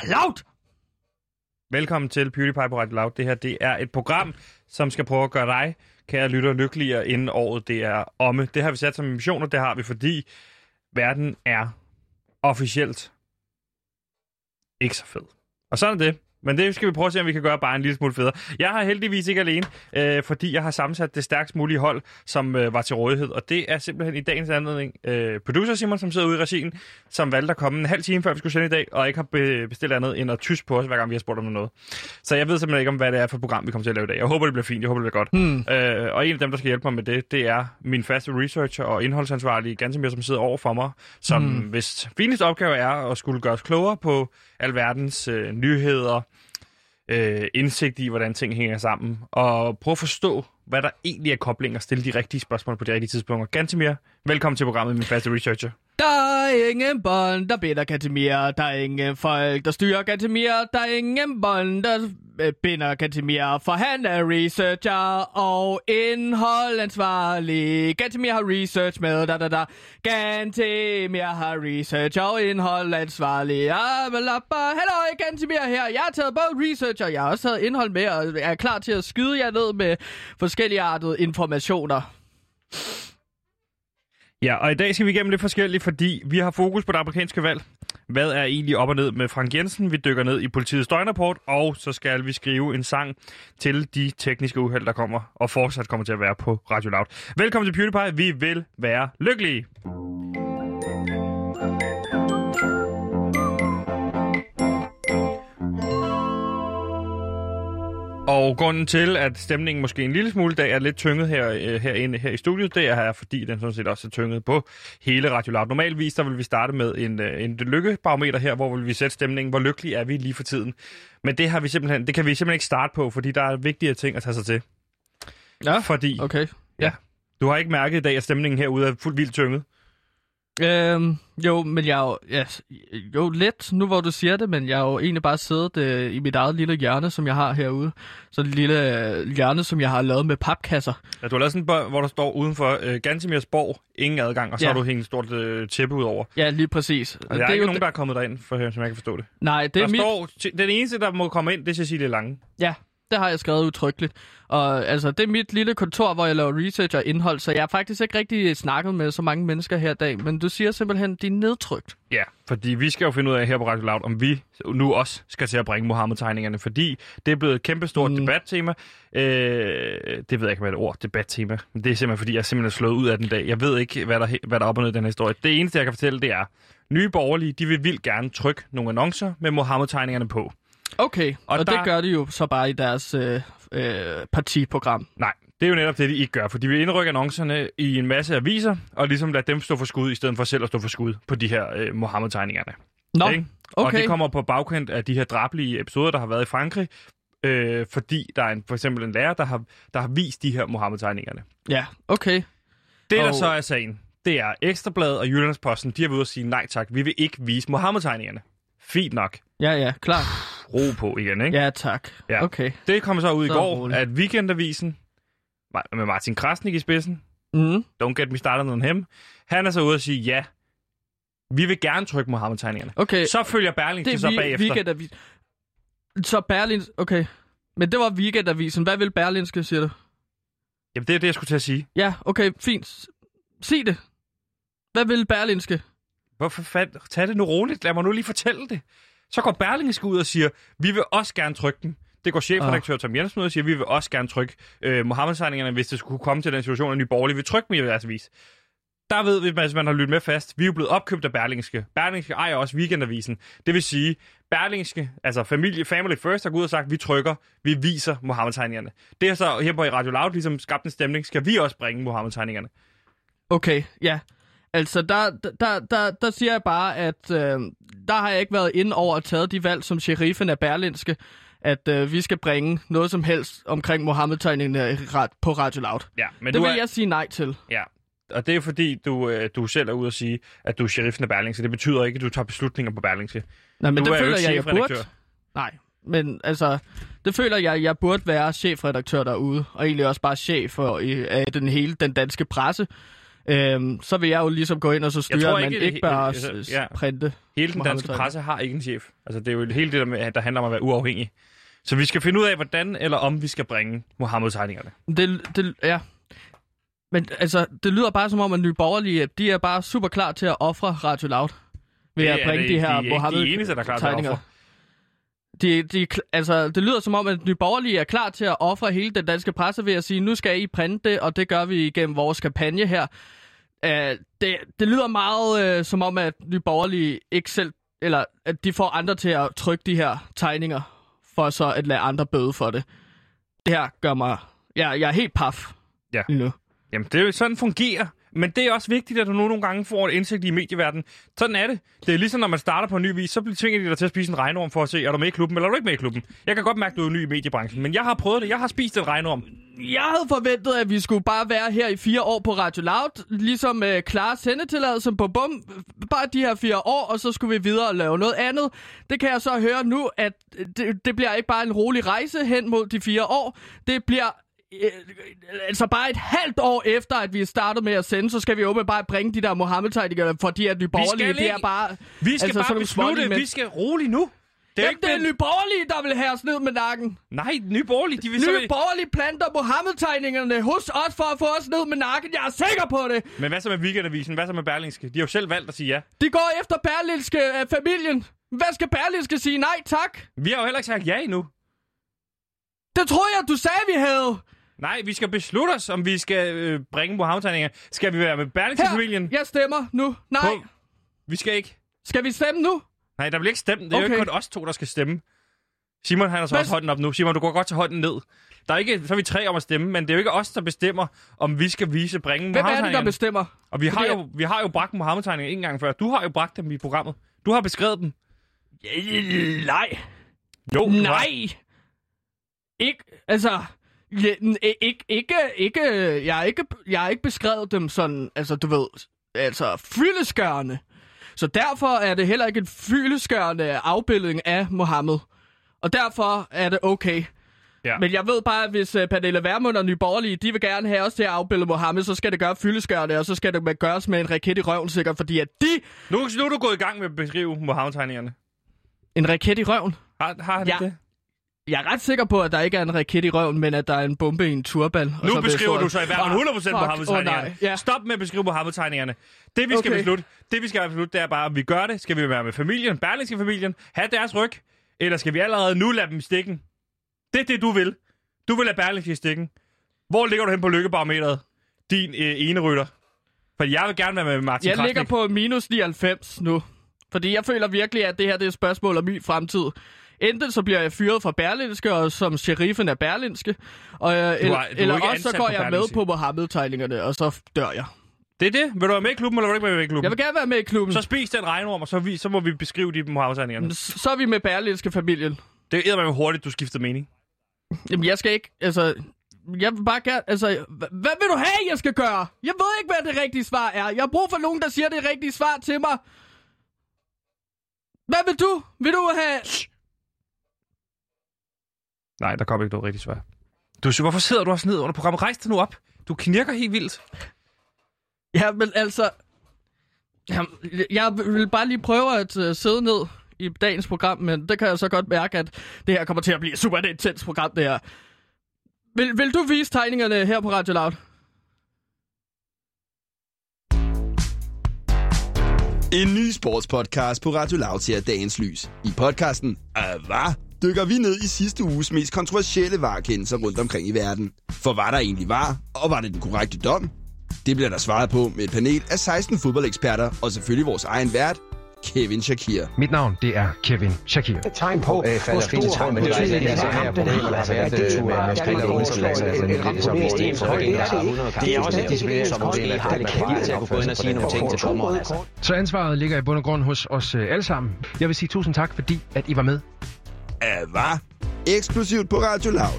Loud! Velkommen til PewDiePie på Radio Loud. Det her, det er et program, som skal prøve at gøre dig, kære lytter, lykkeligere inden året det er omme. Det har vi sat som en mission, og det har vi, fordi verden er officielt ikke så fed. Og sådan er det. Men det skal vi prøve at se, om vi kan gøre bare en lille smule federe. Jeg har heldigvis ikke alene, fordi jeg har sammensat det stærkest mulige hold, som var til rådighed. Og det er simpelthen i dagens anledning producer Simon, som sidder ude i regien, som valgte at komme en halv time, før vi skulle sende i dag, og ikke har bestilt andet end at tyske på os, hver gang vi har spurgt om noget. Så jeg ved simpelthen ikke, om hvad det er for et program, vi kommer til at lave i dag. Jeg håber, det bliver fint. Jeg håber, det bliver godt. Og en af dem, der skal hjælpe mig med det er min faste researcher og indholdsansvarlige Gantemir, som sidder over for mig, som hvis fineste opgave er at skulle gøre os klogere på alverdens nyheder, indsigt i, hvordan ting hænger sammen, og prøve at forstå, hvad der egentlig er koblinger, og stille de rigtige spørgsmål på de rigtige tidspunkter. Gantemir, velkommen til programmet, min faste researcher. Der er ingen bånd, der binder Gantemir. Der er ingen folk, der styrer Gantemir. Der er ingen bånd, der binder Gantemir. For han er researcher og indholdansvarlig. Gantemir har research med Gantemir har research og indholdansvarlig. Hallo, Gantemir her. Jeg har taget både researcher, jeg har også taget indhold med, og er klar til at skyde jer ned med forskellige artede informationer. Ja, og i dag skal vi igennem lidt forskelligt, fordi vi har fokus på det amerikanske valg. Hvad er egentlig op og ned med Frank Jensen? Vi dykker ned i politiets døgnrapport, og så skal vi skrive en sang til de tekniske uheld, der kommer og fortsat kommer til at være på Radio Loud. Velkommen til PewDiePie. Vi vil være lykkelige. Og grunden til, at stemningen måske en lille smule dag er lidt tynget her i studiet, det er fordi den sådan set også er tynget på hele Radio Loud. Normalvis der vil vi starte med en lykkebarometer her, hvor vil vi sætte stemningen, hvor lykkelige er vi lige for tiden. Men det kan vi simpelthen ikke starte på, fordi der er vigtige ting at tage sig til. Ja, fordi, okay. Ja. Du har ikke mærket i dag, at stemningen herude er fuldt vildt tynget? Jo, men jeg er jo lidt, nu hvor du siger det, men jeg har jo egentlig bare siddet i mit eget lille hjørne, som jeg har herude. Så et lille hjørne, som jeg har lavet med papkasser. Ja, du har lavet sådan en hvor der står udenfor Gantemirs borg, ingen adgang, og så har du hængt et stort tæppe ud over. Ja, lige præcis. Og der er ikke nogen, der er kommet derind, som jeg kan forstå det. Nej, det er den eneste, der må komme ind, det er Cecilie Lange. Ja. Det har jeg skrevet udtrykkeligt. Og altså, det er mit lille kontor, hvor jeg laver research og indhold, så jeg har faktisk ikke rigtig snakket med så mange mennesker her i dag. Men du siger simpelthen, de er nedtrykt. Ja, fordi vi skal jo finde ud af her på Radio Loud, om vi nu også skal til at bringe Mohammed-tegningerne, fordi det er blevet et kæmpestort debattema. Det ved jeg ikke, hvad det ord, debattema. Men det er simpelthen, fordi jeg simpelthen er slået ud af den dag. Jeg ved ikke, hvad der er op og ned i den her historie. Det eneste, jeg kan fortælle, det er, nye borgerlige, de vil vildt gerne trykke nogle annoncer med Mohammed-tegningerne på. Okay, og det gør de jo så bare i deres partiprogram. Nej, det er jo netop det, de ikke gør, for de vil indrykke annoncerne i en masse aviser, og ligesom lade dem stå for skud, i stedet for selv at stå for skud på de her Mohammed-tegningerne. Nå, okay. Og det kommer på bagkant af de her drabelige episoder, der har været i Frankrig, fordi der er for eksempel en lærer, der har vist de her Mohammed-tegningerne. Ja, okay. Det, der så er sagen, det er Ekstrabladet og Jyllandsposten, de har været ude og sige, nej tak, vi vil ikke vise Mohammed-tegningerne. Fint nok. Ja, klart. Ro på igen, ikke? Ja, tak. Ja. Okay. Det kom så ud i går, at Weekendavisen, med Martin Krasnik i spidsen, don't get me started on him, han er så ude og sige, ja, vi vil gerne trykke Mohammed-tegningerne. Okay. Så følger Berlingske så bagefter. Så Berlingske, okay. Men det var Weekendavisen. Hvad vil Berlingske, siger du? Jamen, det er det, jeg skulle til at sige. Ja, okay, fint. Sig det. Hvad vil Berlingske? Hvorfor fanden? Tag det nu roligt. Lad mig nu lige fortælle det. Så går Berlingske ud og siger, vi vil også gerne trykke dem. Det går chefredaktør Tom Jensen ud og siger, vi vil også gerne trykke Mohammed-tegningerne, hvis det skulle komme til den situation, at Nye Borgerlige vil trykke dem i deres avis. Der ved vi, hvis man har lyttet med fast, vi er jo blevet opkøbt af Berlingske. Berlingske ejer også Weekendavisen. Det vil sige, Berlingske, altså Family First, har gået ud og sagt, vi trykker, vi viser Mohammed-tegningerne. Det er så her på Radio Loud ligesom skabt en stemning. Skal vi også bringe Mohammed-tegningerne? Okay, ja. Altså, der siger jeg bare, at der har jeg ikke været inde over at tage de valg som sheriffen af Berlingske, at vi skal bringe noget som helst omkring Mohammed-tegningerne på Radio Loud. Ja, men det vil jeg sige nej til. Ja, og det er fordi, du selv er ude at sige, at du er sheriffen af Berlingske. Det betyder ikke, at du tager beslutninger på Berlingske. Nej, men det føler jeg burde. Nej, men altså, det føler jeg burde være chefredaktør derude, og egentlig også bare chef for den danske presse. så vil jeg jo ligesom gå ind og så styre, at man ikke bør printe. Hele den danske presse har ikke en chef. Altså, det er jo hele det, der handler om at være uafhængig. Så vi skal finde ud af, hvordan eller om vi skal bringe Mohammed-tegningerne. Ja. Men altså, det lyder bare som om, at Nye Borgerlige, de er bare super klar til at ofre Radio Loud ved at bringe de her Mohammed-tegninger. De eneste, der er klar til at ofre. Det lyder som om, at Nye Borgerlige er klar til at ofre hele den danske presse ved at sige, nu skal I printe det, og det gør vi igennem vores kampagne her. Det lyder meget som om, at Nye Borgerlige ikke selv, eller at de får andre til at trykke de her tegninger, for så at lade andre bøde for det. Det her gør mig... Jeg er helt paf nu. Jamen, det er jo sådan, fungerer. Men det er også vigtigt, at du nogle gange får et indsigt i medieverdenen. Sådan er det. Det er ligesom, når man starter på en ny vis, så tvinger de dig til at spise en regnorm for at se, er du med i klubben, eller er du ikke med i klubben? Jeg kan godt mærke, at du er ny i mediebranchen, men jeg har prøvet det. Jeg har spist en regnorm. Jeg havde forventet, at vi skulle bare være her i 4 år på Radio Loud, ligesom klare sendetilladelse på bum. Bare de her 4 år, og så skulle vi videre og lave noget andet. Det kan jeg så høre nu, at det bliver ikke bare en rolig rejse hen mod de 4 år. Det bliver... altså bare et halvt år efter, at vi er startet med at sende, så skal vi åbent bare bringe de der Mohammed-tegninger, fordi at Nye Borgerlige, det er bare... Vi skal bare beslutte, vi skal roligt nu. Det er Nye Borgerlige, der vil have os ned med nakken. Nej, Nye Borgerlige, de vil Nye Borgerlige planter Mohammed-tegningerne hos os for at få os ned med nakken. Jeg er sikker på det. Men hvad så med Weekendavisen? Hvad så med Berlingske? De har jo selv valgt at sige ja. De går efter Berlingske familien. Hvad skal Berlingske sige? Nej, tak. Vi har jo heller ikke sagt ja endnu. Det tror jeg, du sagde, vi havde. Nej, vi skal beslutte os, om vi skal bringe Mohammed-tegninger. Skal vi være med Berlingske-familien? Jeg stemmer nu. Nej. Vi skal ikke. Skal vi stemme nu? Nej, der vil ikke stemme. Det er jo ikke kun os 2, der skal stemme. Simon, han har så også hånden op nu. Simon, du går godt til hånden ned. Der er ikke, så er vi 3 om at stemme, men det er jo ikke os, der bestemmer, om vi skal bringe Mohammed-tegningerne. Hvem er det, der bestemmer? Og vi har jo bragt Mohammed-tegninger en gang før. Du har jo bragt dem i programmet. Du har beskrevet dem. Nej. Jo, nej. Ikke, altså... Jeg har ikke beskrevet dem sådan, altså du ved, altså fyldeskørende. Så derfor er det heller ikke en fyldeskørende afbildning af Mohammed. Og derfor er det okay. Ja. Men jeg ved bare, at hvis Pernille Vermund og Nye Borgerlige, de vil gerne have os til at afbilde Mohammed, så skal det gøre fyldeskørende, og så skal det gøres med en raket i røven, sikkert, fordi at de... Nu er du gået i gang med at beskrive Mohammed-tegningerne. En raket i røven? Har han det? Jeg er ret sikker på, at der ikke er en raket i røven, men at der er en bombe i en turban. Nu beskriver du så i hvert fald 100% Mohammed-tegningerne. Ja. Stop med at beskrive Mohammed-tegningerne. Det vi skal beslutte, det er bare, at vi gør det. Skal vi være med familien, Berlingske familien, have deres ryg, eller skal vi allerede nu lade dem i stikken? Det er det, du vil. Du vil lade Berlingske i stikken. Hvor ligger du hen på lykkebarometeret, din ene rytter? For jeg vil gerne være med Martin Krasnik. Jeg ligger på minus 99 nu. Fordi jeg føler virkelig, at det her det er et spørgsmål om min fremtid. Enten så bliver jeg fyret fra Berlingske, og som sheriffen er Berlingske, eller også så går jeg med på Mohammed-tegningerne, og så dør jeg. Det er det? Vil du være med i klubben, eller vil du ikke være med i klubben? Jeg vil gerne være med i klubben. Så spis den regnorm, og så må vi beskrive de Mohammed-tegningerne. Så er vi med Berlingske-familien. Det er med hurtigt, du skifter mening. Jamen, jeg skal ikke, altså... Jeg vil bare gerne, altså... Hvad vil du have, jeg skal gøre? Jeg ved ikke, hvad det rigtige svar er. Jeg har brug for nogen, der siger det rigtige svar til mig. Hvad vil du? Vil du have... Nej, der kommer ikke noget rigtigt svar. Hvorfor sidder du også ned under programmet? Rejs dig nu op. Du knirker helt vildt. Ja, men altså... Jeg vil bare lige prøve at sidde ned i dagens program, men det kan jeg så godt mærke, at det her kommer til at blive et super intens program, det her. Vil du vise tegningerne her på Radio Loud? En ny sportspodcast på Radio Loud ser dagens lys. I podcasten Hvad? Dykker vi ned i sidste uges mest kontroversielle varekendelser rundt omkring i verden. For hvad der egentlig var, og var det den korrekte dom? Det bliver der svaret på med et panel af 16 fodboldeksperter, og selvfølgelig vores egen vært, Kevin Shakir. Mit navn, det er Kevin Shakir. Et tegn på, hvor stor betydning det er også et disciplin, som måske har det kæmpe til at gå ind og sige nogle ting til dommeren. Så ansvaret ligger i bund og grund hos os alle sammen. Jeg vil sige tusind tak, fordi at I var med. Hvad? Eksplosivt på Radio Loud.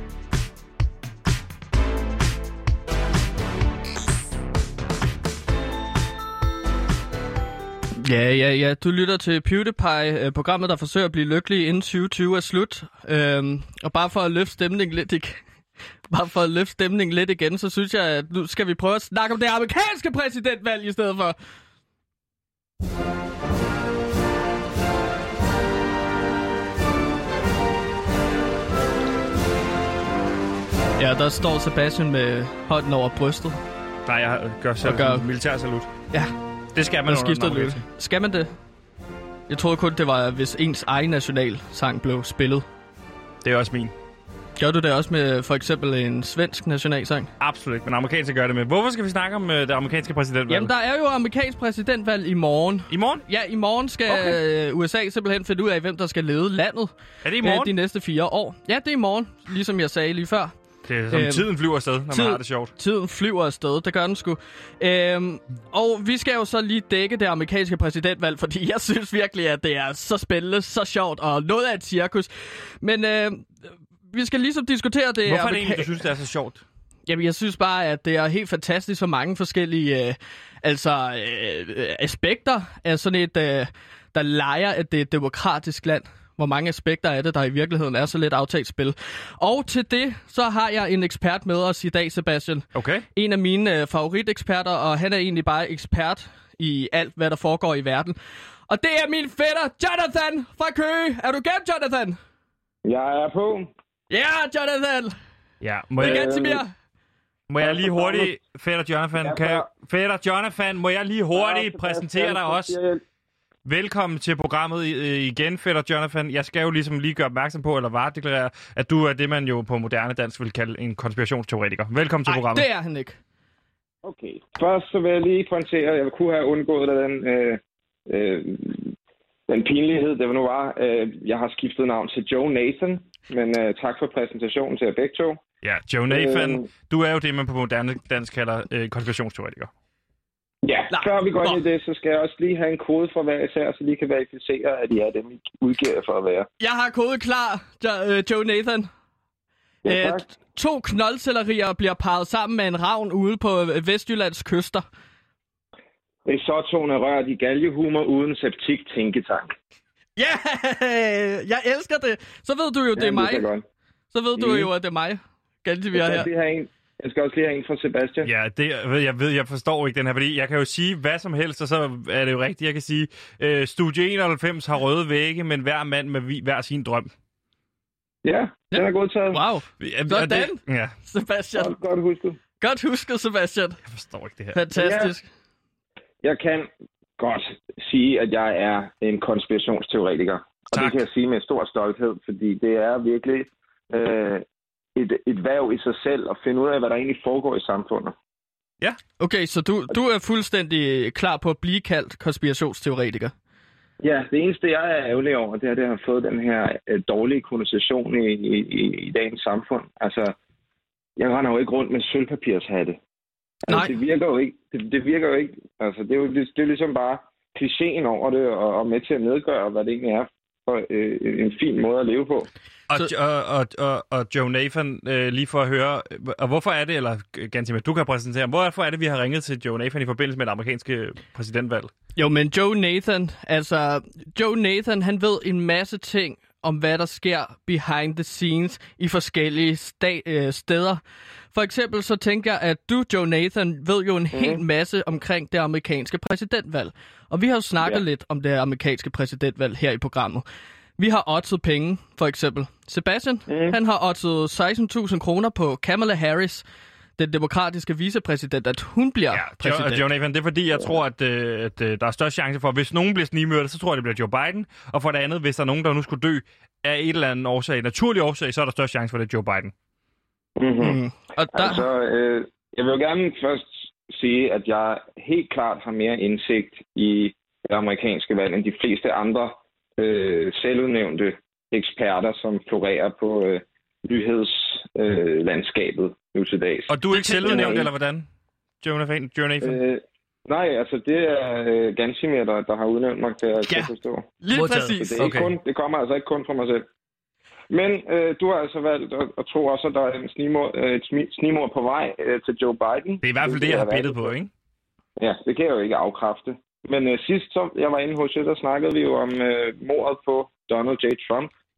Ja. Du lytter til PewDiePie, programmet, der forsøger at blive lykkelig inden 2020 er slut. Og bare for at løfte stemningen lidt, Bare for at løfte stemningen lidt igen, så synes jeg, at nu skal vi prøve at snakke om det amerikanske præsidentvalg i stedet for. Ja, der står Sebastian med hånden over brystet. Nej, jeg gør selv militærsalut. Ja. Det skal man skifter lidt. Skal man det? Jeg troede kun, det var, hvis ens egen nationalsang blev spillet. Det er også min. Gør du det også med for eksempel en svensk nationalsang? Absolut ikke, men amerikanske gør det med. Hvorfor skal vi snakke om det amerikanske præsidentvalg? Jamen, der er jo amerikansk præsidentvalg i morgen. I morgen? Ja, i morgen skal USA simpelthen finde ud af, hvem der skal lede landet. Er det i morgen? De næste 4 år. Ja, det er i morgen, ligesom jeg sagde lige før. Det er som tiden flyver afsted, når man har det sjovt. Tiden flyver afsted, det gør den sgu. Og vi skal jo så lige dække det amerikanske præsidentvalg, fordi jeg synes virkelig, at det er så spændende, så sjovt og noget af et cirkus. Men vi skal ligesom diskutere det. Hvorfor er det egentlig, du synes, det er så sjovt? Jamen, jeg synes bare, at det er helt fantastisk, så mange forskellige aspekter af sådan et, der leger, at det er et demokratisk land. Hvor mange aspekter af det, der i virkeligheden er så lidt aftalt spil. Og til det, så har jeg en ekspert med os i dag, Sebastian. Okay. En af mine favoriteksperter, og han er egentlig bare ekspert i alt, hvad der foregår i verden. Og det er min fætter, Jonathan fra Køge. Er du gemt, Jonathan? Jeg er på. Ja, Jonathan! Ja, må jeg lige hurtigt, fætter Jonathan, må jeg lige hurtigt præsentere dig også? Velkommen til programmet igen, fætter Jonathan. Jeg skal jo ligesom lige gøre opmærksom på, eller varedeklarere, at du er det, man jo på moderne dansk vil kalde en konspirationsteoretiker. Velkommen til programmet. Nej, det er han ikke. Okay. Først så vil jeg lige pointere, at jeg kunne have undgået den pinlighed, det nu var. Jeg har skiftet navn til Joe Nathan, men tak for præsentationen til jer begge to. Ja, Joe Nathan, du er jo det, man på moderne dansk kalder konspirationsteoretiker. Ja, før vi går ind i det, så skal jeg også lige have en kode for hver især, så lige kan verificere, at I er dem, I udgiver for at være. Jeg har kode klar, Joe Nathan. Ja, 2 knoldcellerier bliver parret sammen med en ravn ude på Vestjyllands kyster. Risottoen er rørt i galgehumor uden septik tænketank. Ja, jeg elsker det. Så ved du jo, det er mig. Så ved du jo, at det er mig. Ganske vi er her. Jeg skal også lige have en fra Sebastian. Ja, jeg forstår ikke den her, fordi jeg kan jo sige hvad som helst, og så er det jo rigtigt, jeg kan sige, Studie 91 har røde vægge, men hver mand med hver sin drøm. Ja, den er godtaget. Wow, sådan, ja. Sebastian. Godt husket. Godt husket, Sebastian. Jeg forstår ikke det her. Fantastisk. Ja, jeg kan godt sige, at jeg er en konspirationsteoretiker. Og tak. Det kan jeg sige med stor stolthed, fordi det er virkelig et værv i sig selv at finde ud af, hvad der egentlig foregår i samfundet. Ja. Okay, så du er fuldstændig klar på at blive kaldt konspirationsteoretiker? Ja, det eneste, jeg er ærgerlig over, det er, at jeg har fået den her dårlige konnotation i dagens samfund. Altså, jeg render jo ikke rundt med sølvpapirshatte. Altså, det virker jo ikke. Det virker jo ikke. Altså, det er ligesom bare klichéen over det, og med til at nedgøre, hvad det egentlig er for en fin måde at leve på. Og Joe Nathan, lige for at høre, og hvorfor er det, eller ganske du kan præsentere, hvorfor er det, vi har ringet til Joe Nathan i forbindelse med det amerikanske præsidentvalg? Jo, men Joe Nathan, han ved en masse ting om, hvad der sker behind the scenes i forskellige steder. For eksempel så tænker jeg, at du, Joe Nathan, ved jo en hel masse omkring det amerikanske præsidentvalg. Og vi har jo snakket lidt om det amerikanske præsidentvalg her i programmet. Vi har oddset penge, for eksempel. Sebastian, han har oddset 16.000 kroner på Kamala Harris, den demokratiske vicepræsident, at hun bliver præsident. Joe Nathan, det er fordi, jeg tror, at der er størst chance for, at hvis nogen bliver snigmyrdet, så tror jeg, det bliver Joe Biden. Og for det andet, hvis der er nogen, der nu skulle dø af et eller andet årsag, naturlig årsag, så er der størst chance for, det Joe Biden. Og jeg vil jo gerne først sige, at jeg helt klart har mere indsigt i det amerikanske valg, end de fleste andre selvudnævnte eksperter, som florerer på nyhedslandskabet nu til dags. Og du er ikke selvudnævnt, eller hvordan? Joe Nathan? Nej, altså det er Gansimir, der har udnævnt mig til at forstå. Lige præcis. Det kommer altså ikke kun fra mig selv. Men du har altså valgt at tro også, at der er et snigmord på vej til Joe Biden. Det er i hvert fald det, jeg har bettet på, ikke? Ja, det kan jeg jo ikke afkræfte. Men sidst, så jeg var inde hos jer, der snakkede vi jo om mordet på Donald J. Trump.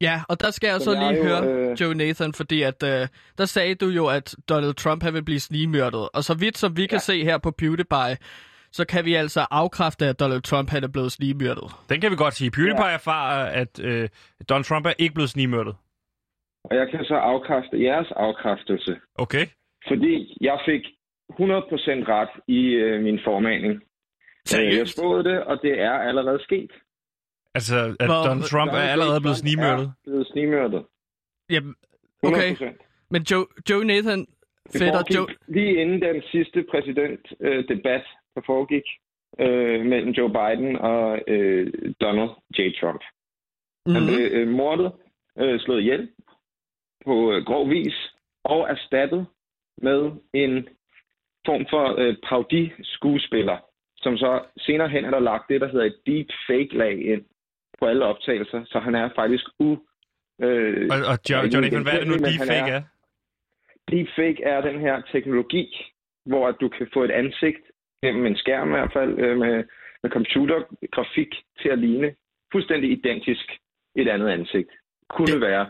Ja, og der skal jeg så lige høre, Joe Nathan, fordi at, der sagde du jo, at Donald Trump vil blive snigmyrdet. Og så vidt som vi kan se her på PewDiePie, så kan vi altså afkræfte, at Donald Trump er blevet snigmyrdet. Den kan vi godt sige. PewDiePie erfarer, at Donald Trump er ikke blevet snigmyrdet. Og jeg kan så afkræfte jeres afkræftelse. Okay. Fordi jeg fik 100% ret i min formaning. Jeg spåede det, og det er allerede sket. Altså, at Donald Trump er allerede blevet snigmyrdet? Blevet snigmyrdet. Jamen, okay. 100%. Men Joe Nathan, fætter Joe... Lige inden den sidste præsidentdebat, der foregik mellem Joe Biden og Donald J. Trump. Han blev mordet, slået ihjel på grov vis, og erstattet med en form for parodi-skuespiller, som så senere hen er der lagt det, der hedder et deep fake-lag ind på alle optagelser, så han er faktisk Og Jonathan, hvad er det nu, deepfake er? Deepfake er den her teknologi, hvor du kan få et ansigt gennem en skærm i hvert fald, med computergrafik til at ligne fuldstændig identisk et andet ansigt. Kunne være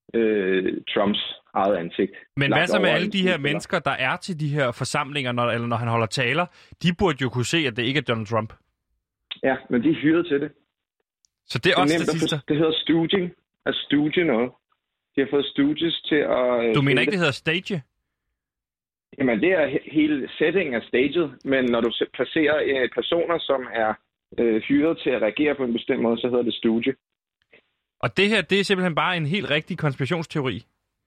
Trumps eget ansigt. Men hvad så med alle de her mennesker, der er til de her forsamlinger, når han holder taler? De burde jo kunne se, at det ikke er Donald Trump. Ja, men de er hyret til det. Så det er også det sidste? Det hedder staging. At stooge noget. De har fået stooges til at... Du mener ikke, det hedder stage? Jamen, det er hele settingen af staget, men når du placerer personer, som er hyret til at reagere på en bestemt måde, så hedder det stooge. Og det her, det er simpelthen bare en helt rigtig konspirationsteori?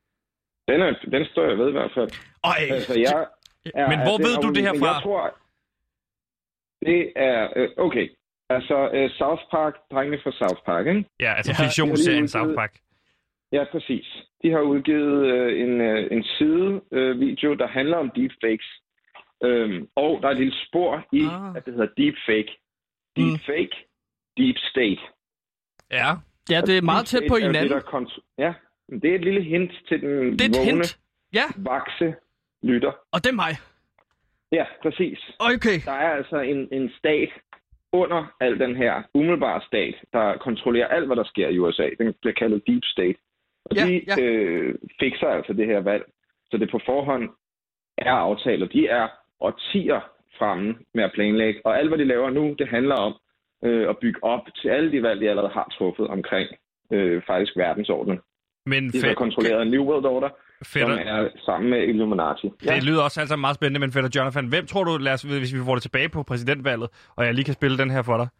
Den står jeg ved i hvert fald. Altså, men hvor ved du det her fra? Jeg tror, det er... Okay, altså South Park, drengene fra South Park, ikke? Ja, altså fiktionsserien South Park. Ja, præcis. De har udgivet en sidevideo, der handler om deepfakes. Og der er et lille spor i, at det hedder deepfake. Deepfake, deep state. Ja. Ja, det er meget tæt på hinanden. Ja, det er et lille hint til den vågne, vakse lytter. Og det er mig. Ja, præcis. Okay. Der er altså en stat under al den her umiddelbare stat, der kontrollerer alt, hvad der sker i USA. Den bliver kaldet deep state. Og de fikser altså det her valg. Så det på forhånd er aftalt, og de er årtier fremme med at planlægge. Og alt, hvad de laver nu, det handler om at bygge op til alle de valg, de allerede har truffet omkring faktisk verdensordenen. Men de har kontrolleret en New World Order, som er sammen med Illuminati. Det lyder også altså meget spændende, men fætter Jonathan, hvem tror du, hvis vi får det tilbage på præsidentvalget, og jeg lige kan spille den her for dig?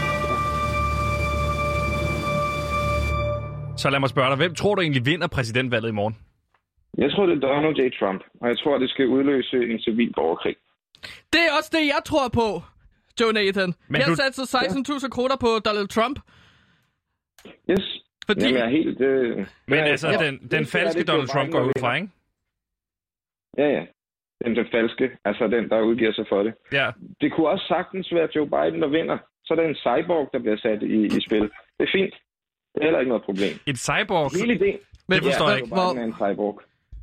Så lad mig spørge dig, hvem tror du egentlig vinder præsidentvalget i morgen? Jeg tror, det er Donald J. Trump, og jeg tror, det skal udløse en civil borgerkrig. Det er også det, jeg tror på, Joe Nathan. Men jeg satte 16.000 kroner på Donald Trump. Yes. Fordi... Jamen, jeg er helt... Men altså, den falske Donald Trump går ud fra, ikke? Ja. Den falske, altså den, der udgiver sig for det. Ja. Det kunne også sagtens være Joe Biden, der vinder. Så er der en cyborg, der bliver sat i spil. Det er fint. Det er heller ikke noget problem. En cyborg? Hele ideen. Men det forstår jeg ikke. Joe Biden er en cyborg.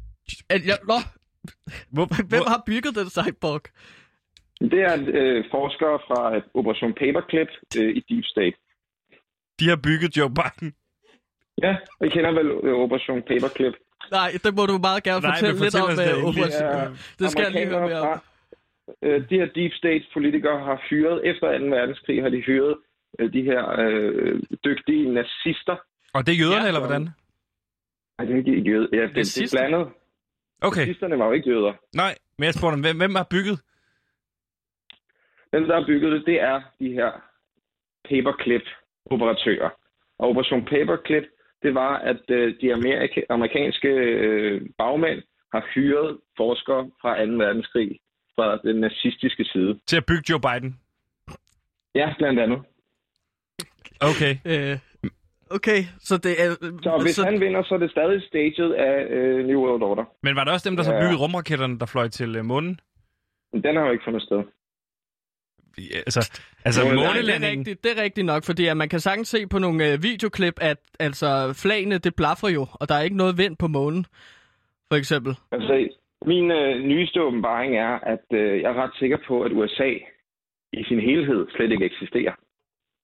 Hvem har bygget den cyborg? Det er forskere fra Operation Paperclip i Deep State. De har bygget Joe Biden? Ja, I kender vel Operation Paperclip? Nej, det må du meget gerne fortælle lidt om. Det skal jeg lige høre mere om. De her Deep State-politikere har hyret, efter 2. verdenskrig har de hyret de her dygtige nazister. Og det er jøderne, eller hvordan? Nej, det er ikke jøder. Ja, det er blandet. Okay. Nazisterne var jo ikke jøder. Nej, men jeg spurgte dem, hvem har bygget? Dem, der har bygget det, er de her paperclip-operatører. Og Operation Paperclip, det var, at de amerikanske bagmænd har hyret forskere fra 2. verdenskrig fra den nazistiske side. Til at bygge Joe Biden? Ja, blandt andet. Okay. Okay, så det er... Så hvis han vinder, så er det stadig staged af New World Order. Men var det også dem, der så byggede rumraketterne, der fløj til månen? Den har jo ikke fundet sted. Ja, altså månelandingen... Det er rigtigt nok, fordi at man kan sagtens se på nogle videoklip, at altså flagene, det blaffer jo, og der er ikke noget vind på månen, for eksempel. Altså, min nyeste åbenbaring er, at jeg er ret sikker på, at USA i sin helhed slet ikke eksisterer.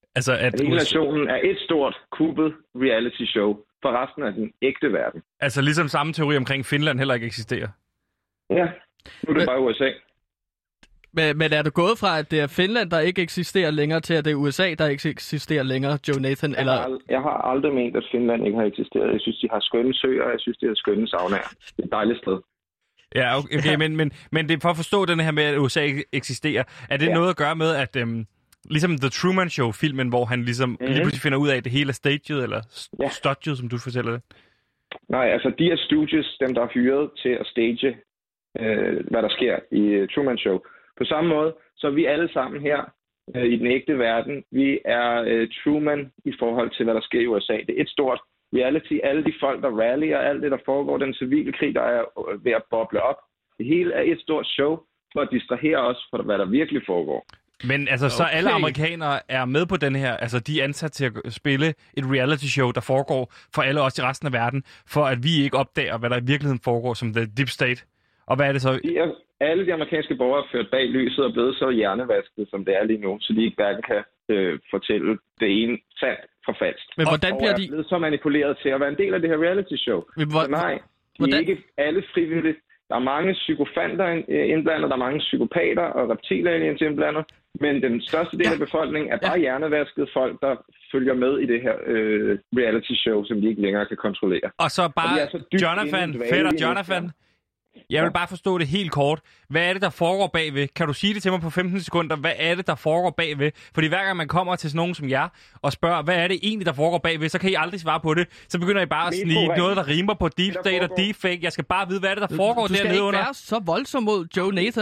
Altså, at hele nationen er et stort, kuppet reality show for resten af den ægte verden. Altså ligesom samme teori omkring Finland heller ikke eksisterer? Ja, nu er det bare USA. Men er du gået fra, at det er Finland, der ikke eksisterer længere, til at det er USA, der ikke eksisterer længere, Joe Nathan? Jeg har aldrig ment, at Finland ikke har eksisteret. Jeg synes, de har skønne søer, og jeg synes, de har skønne saunaer. Det er et dejligt sted. Ja, okay, men det er for at forstå den her med, at USA eksisterer. Er det noget at gøre med, at ligesom The Truman Show-filmen, hvor han ligesom lige pludselig finder ud af, at det hele er staged, eller stodget, som du fortæller det? Nej, altså de er stooges, dem der er hyret til at stage, hvad der sker i Truman Show. På samme måde, så er vi alle sammen her i den ægte verden. Vi er Truman i forhold til, hvad der sker i USA. Det er et stort reality. Alle de folk, der rallyer, alt det, der foregår, den civile krig, der er ved at boble op. Det hele er et stort show for at distrahere os for, hvad der virkelig foregår. Men altså, så alle amerikanere er med på den her, altså de er ansat til at spille et reality show, der foregår for alle os i resten af verden, for at vi ikke opdager, hvad der i virkeligheden foregår som The Deep State. Og hvad er det så? Alle de amerikanske borgere er ført bag lyset og blevet så hjernevasket, som det er lige nu, så de ikke hverken kan fortælle det ene sandt fra falsk. Men hvordan bliver de... er blevet så manipuleret til at være en del af det her reality show. Nej, de er ikke alle frivillige. Der er mange psykofanter indblandet, der er mange psykopater og reptilaliens indblandet, men den største del af befolkningen er bare hjernevasket folk, der følger med i det her reality show, som de ikke længere kan kontrollere. Og så bare fætter Jonathan. Jeg vil bare forstå det helt kort. Hvad er det, der foregår bagved? Kan du sige det til mig på 15 sekunder? Hvad er det, der foregår bagved? Fordi hver gang man kommer til sådan nogen som jer og spørger, hvad er det egentlig, der foregår bagved, så kan I aldrig svare på det. Så begynder I bare at snige noget, der rimer på deep state og deepfake. Jeg skal bare vide, hvad er det, der foregår dernede under. Du skal ikke være så voldsom mod Joe Nathan.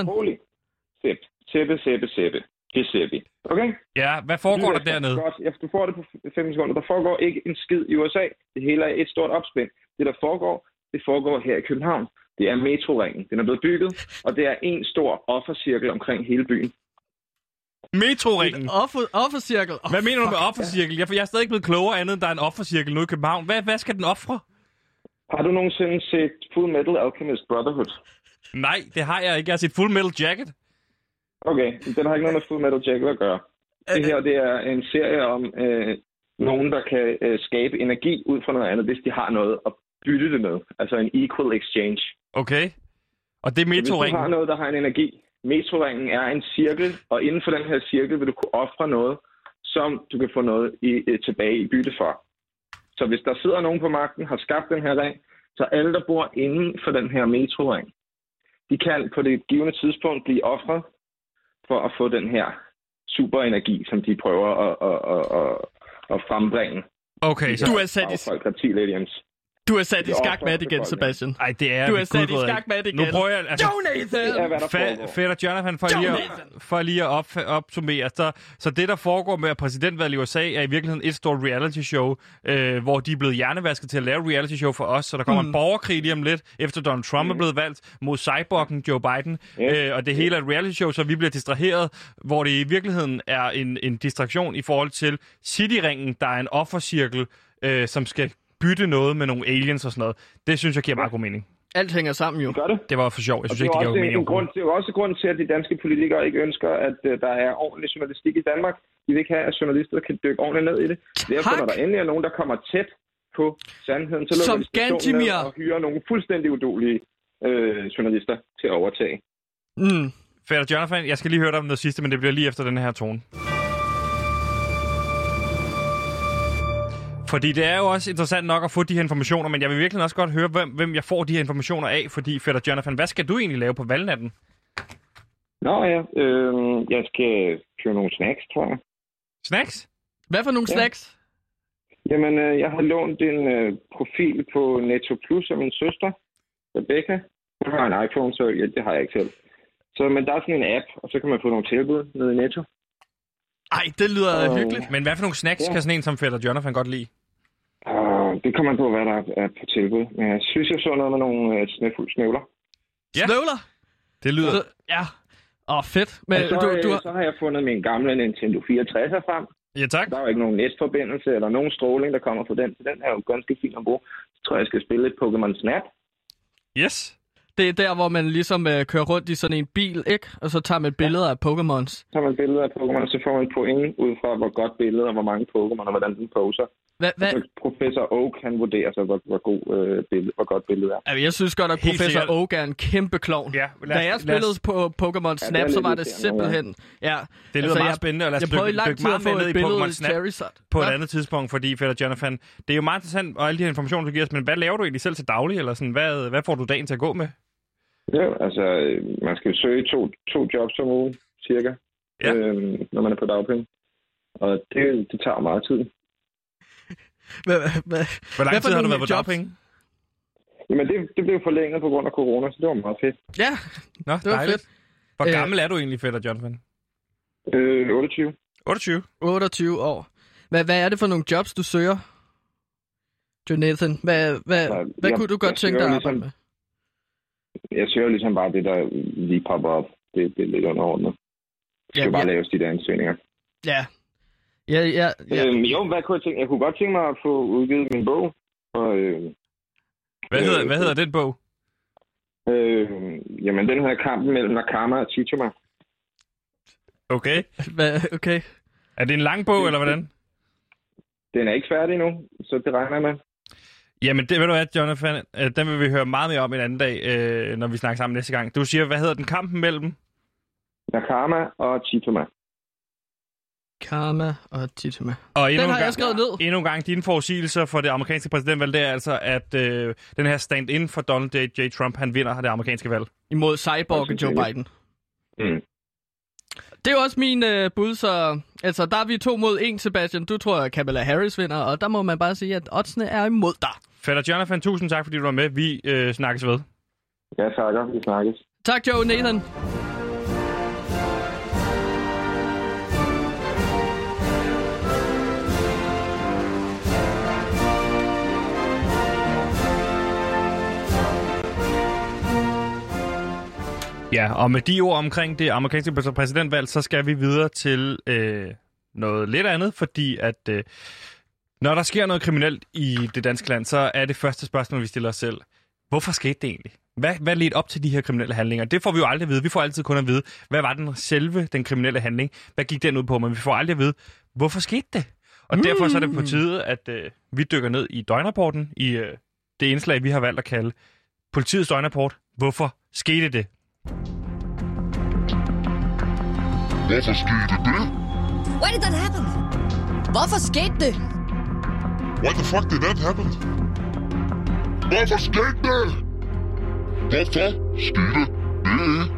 Seppe. Giuseppe. Okay? Ja, hvad foregår der dernede? Godt. Du får det på 15 sekunder. Der foregår ikke en skid i USA. Det hele er et stort opspind. Det, der foregår her i København. Det er metroringen. Den er blevet bygget, og det er en stor offercirkel omkring hele byen. Metroringen? Offercirkel? Hvad mener du med offercirkel? Jeg er stadig ikke blevet klogere andet, end der er en offercirkel nu i København. Hvad skal den ofre? Har du nogensinde set Full Metal Alchemist Brotherhood? Nej, det har jeg ikke. Jeg har set Full Metal Jacket. Okay, den har ikke noget med Full Metal Jacket at gøre. Det her, det er en serie om nogen, der kan skabe energi ud fra noget andet, hvis de har noget at bytte det med. Altså en equal exchange. Okay. Og det er metroringen? Hvis du har noget, der har en energi. Metroringen er en cirkel, og inden for den her cirkel vil du kunne ofre noget, som du kan få noget tilbage i bytte for. Så hvis der sidder nogen på magten, har skabt den her ring, så alle, der bor inden for den her metroring, de kan på det givne tidspunkt blive ofret for at få den her superenergi, som de prøver at frembringe. Okay, så du er sat i reptilaliens. Du er sat i skak med igen, Sebastian. Nej, det er du er sat i skak med igen. Nu prøver jeg... Altså, Jonathan! Fætter Jonathan, for lige at opsummere. Så det, der foregår med præsidentvalget i USA, er i virkeligheden et stort reality show, hvor de er blevet hjernevasket til at lave reality show for os. Så der kommer en borgerkrig lige om lidt, efter Donald Trump er blevet valgt mod cyborgen Joe Biden. Og det hele er et reality show, så vi bliver distraheret, hvor det i virkeligheden er en distraktion i forhold til Cityringen, der er en offercirkel, som skal bytte noget med nogle aliens og sådan noget. Det synes jeg giver meget god mening. Alt hænger sammen jo. Det var for sjov. Jeg synes ikke, det giver god mening. Det er også grund til, at de danske politikere ikke ønsker, at der er ordentlig journalistik i Danmark. De vil ikke have, at journalister kan dykke ordentligt ned i det. Derfor, når der endelig er nogen, der kommer tæt på sandheden, så lukker de stationen ned og hyrer nogle fuldstændig uduelige journalister til at overtage. Fætter Jonathan, jeg skal lige høre dig om noget sidste, men det bliver lige efter den her tone. Fordi det er jo også interessant nok at få de her informationer, men jeg vil virkelig også godt høre, hvem jeg får de her informationer af, fordi Fætter Jonathan, hvad skal du egentlig lave på valgnatten? Jeg skal købe nogle snacks, tror jeg. Snacks? Hvad for nogle snacks? Jamen, jeg har lånt en profil på Netto Plus af min søster, Rebecca. Hun har en iPhone, så det har jeg ikke selv. Men der er sådan en app, og så kan man få nogle tilbud nede i Netto. Ej, det lyder hyggeligt. Men hvad for nogle snacks kan sådan en som Fætter Jonathan godt lide? Det kommer på, hvad der er på tilbud. Men jeg synes, jeg så noget med nogle snøvler. Ja. Snøvler? Det lyder... Ja. Fedt. Men så har jeg fundet min gamle Nintendo 64'er frem. Ja, tak. Der er jo ikke nogen netforbindelse eller nogen stråling, der kommer fra den. Så den er jo ganske fin at bruge. Så tror jeg skal spille et Pokémon Snap. Yes. Det er der, hvor man ligesom kører rundt i sådan en bil, ikke? Og så tager man billeder af Pokémons. Så tager man billeder af Pokémon, og så får man point ud fra, hvor godt billede og hvor mange Pokémon og hvordan den poser. Hvad? Så professor Oak, han vurderer så, hvor godt billedet er. Altså, jeg synes godt, at professor Oak er en kæmpe klovn. Ja, da jeg spillede på Pokémon Snap, så var det simpelthen... Ja. Det lyder meget spændende, og lad os dykke meget mere ned i Pokémon Snap på et andet tidspunkt, fordi, Fætter Jonathan, det er jo meget interessant, og alle de her informationer, du giver os, men hvad laver du egentlig selv til daglig, eller sådan, hvad får du dagen til at gå med? Ja, altså, man skal søge to jobs om ugen, cirka, når man er på dagpenge. Og det tager meget tid. Hvor lang tid har du været på dagpenge? Jamen, det blev forlænget på grund af corona, så det var meget fedt. Ja, nå, det var fedt. Hvor gammel er du egentlig, Fætter Jonathan? 28. 28 år. Hvad er det for nogle jobs, du søger, Jonathan? Hvad kunne du godt tænke dig at arbejde med? Jeg søger ligesom bare det, der lige popper op. Det er lidt underordnet. Jeg skal bare lave de der ansøgninger. Ja. Jo, hvad kunne jeg tænke? Jeg kunne godt tænke mig at få udgivet min bog. Og, hvad hedder den bog? Jamen, den her kampen mellem Nakama og Chitoma. Okay. Okay. Er det en lang bog, eller hvordan? Den er ikke færdig endnu, så det regner jeg med. Jamen, det ved du hvad, Jonathan, den vil vi høre meget mere om en anden dag, når vi snakker sammen næste gang. Du siger, hvad hedder den kampen mellem? Nakama og Chitoma. Karma og Chitoma. Og den har jeg skrevet ned. Endnu en gang, dine forudsigelser for det amerikanske præsidentvalg, det er altså, at den her stand-in for Donald J. Trump, han vinder det amerikanske valg. Imod cyborg Joe Biden. Mm. Det er jo også min bud, så altså, der er vi 2-1, Sebastian. Du tror, at Kamala Harris vinder, og der må man bare sige, at oddsene er imod dig. Fætter Jonathan, tusind tak, fordi du var med. Vi snakkes ved. Ja, takker. Vi snakkes. Tak, Joe Nathan. Ja, og med de ord omkring det amerikanske præsidentvalg, så skal vi videre til noget lidt andet, fordi at når der sker noget kriminelt i det danske land, så er det første spørgsmål, vi stiller os selv. Hvorfor skete det egentlig? Hvad ledte op til de her kriminelle handlinger? Det får vi jo aldrig at vide. Vi får altid kun at vide, hvad var den kriminelle handling? Hvad gik den ud på? Men vi får aldrig at vide, hvorfor skete det? Og derfor så er det på tide, at vi dykker ned i døgnrapporten, i det indslag, vi har valgt at kalde Politiets døgnrapport. Hvorfor skete det? Hvorfor skete det? Why did that happen? Hvorfor skete det? Why the fuck did that happen? Hvorfor skete det? Hvorfor skete det?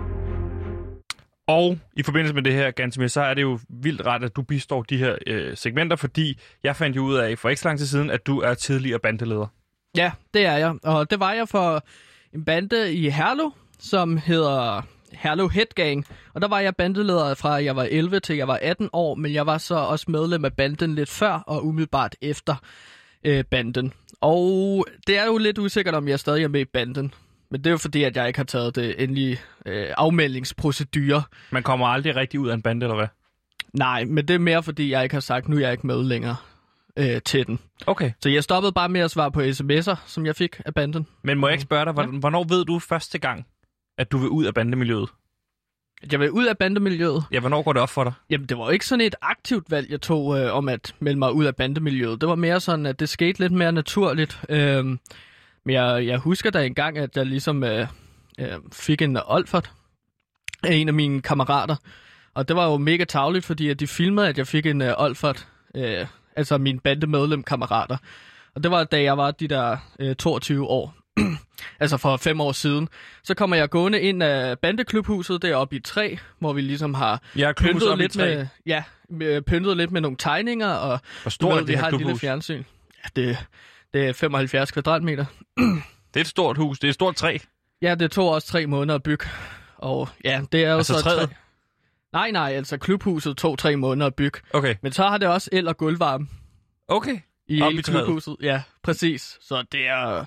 Og i forbindelse med det her, Gantemir, så er det jo vildt ret, at du bistår de her segmenter, fordi jeg fandt jo ud af for ikke så lang tid siden, at du er tidligere bandeleder. Ja, det er jeg. Og det var jeg for en bande i Herlev, som hedder Herlev Headgang. Og der var jeg bandeleder fra jeg var 11 til jeg var 18 år, men jeg var så også medlem af banden lidt før og umiddelbart efter banden. Og det er jo lidt usikkert, om jeg stadig er med i banden. Men det er jo fordi, at jeg ikke har taget det endelige afmeldingsprocedure. Man kommer aldrig rigtig ud af en bande, eller hvad? Nej, men det er mere fordi, jeg ikke har sagt, nu er jeg ikke med længere til den. Okay. Så jeg stoppede bare med at svare på sms'er, som jeg fik af banden. Men må jeg ikke spørge dig, hvornår ved du første gang, at du vil ud af bandemiljøet? Jeg vil ud af bandemiljøet? Ja, hvornår går det op for dig? Jamen, det var ikke sådan et aktivt valg, jeg tog om at melde mig ud af bandemiljøet. Det var mere sådan, at det skete lidt mere naturligt. Men jeg husker da engang, at jeg ligesom fik en olfert af en af mine kammerater. Og det var jo mega tarveligt, fordi at de filmede, at jeg fik en olfert, altså mine bandemedlemkammerater. Og det var, da jeg var de der 22 år. Altså for 5 år siden. Så kommer jeg gående ind af bandeklubhuset deroppe i 3, hvor vi ligesom har pyntet lidt pyntet lidt med nogle tegninger. Og hvor stort er det her har klubhus? Et lille fjernsyn. Ja, det er 75 kvadratmeter. Det er et stort hus. Det er et stort træ. Ja, det tog også 3 måneder at bygge. Og ja, det er jo altså så træet? Nej, altså klubhuset tog 3 måneder at bygge. Okay. Men så har det også el- og gulvvarme. Okay. I hele klubhuset. Ja, præcis. Så det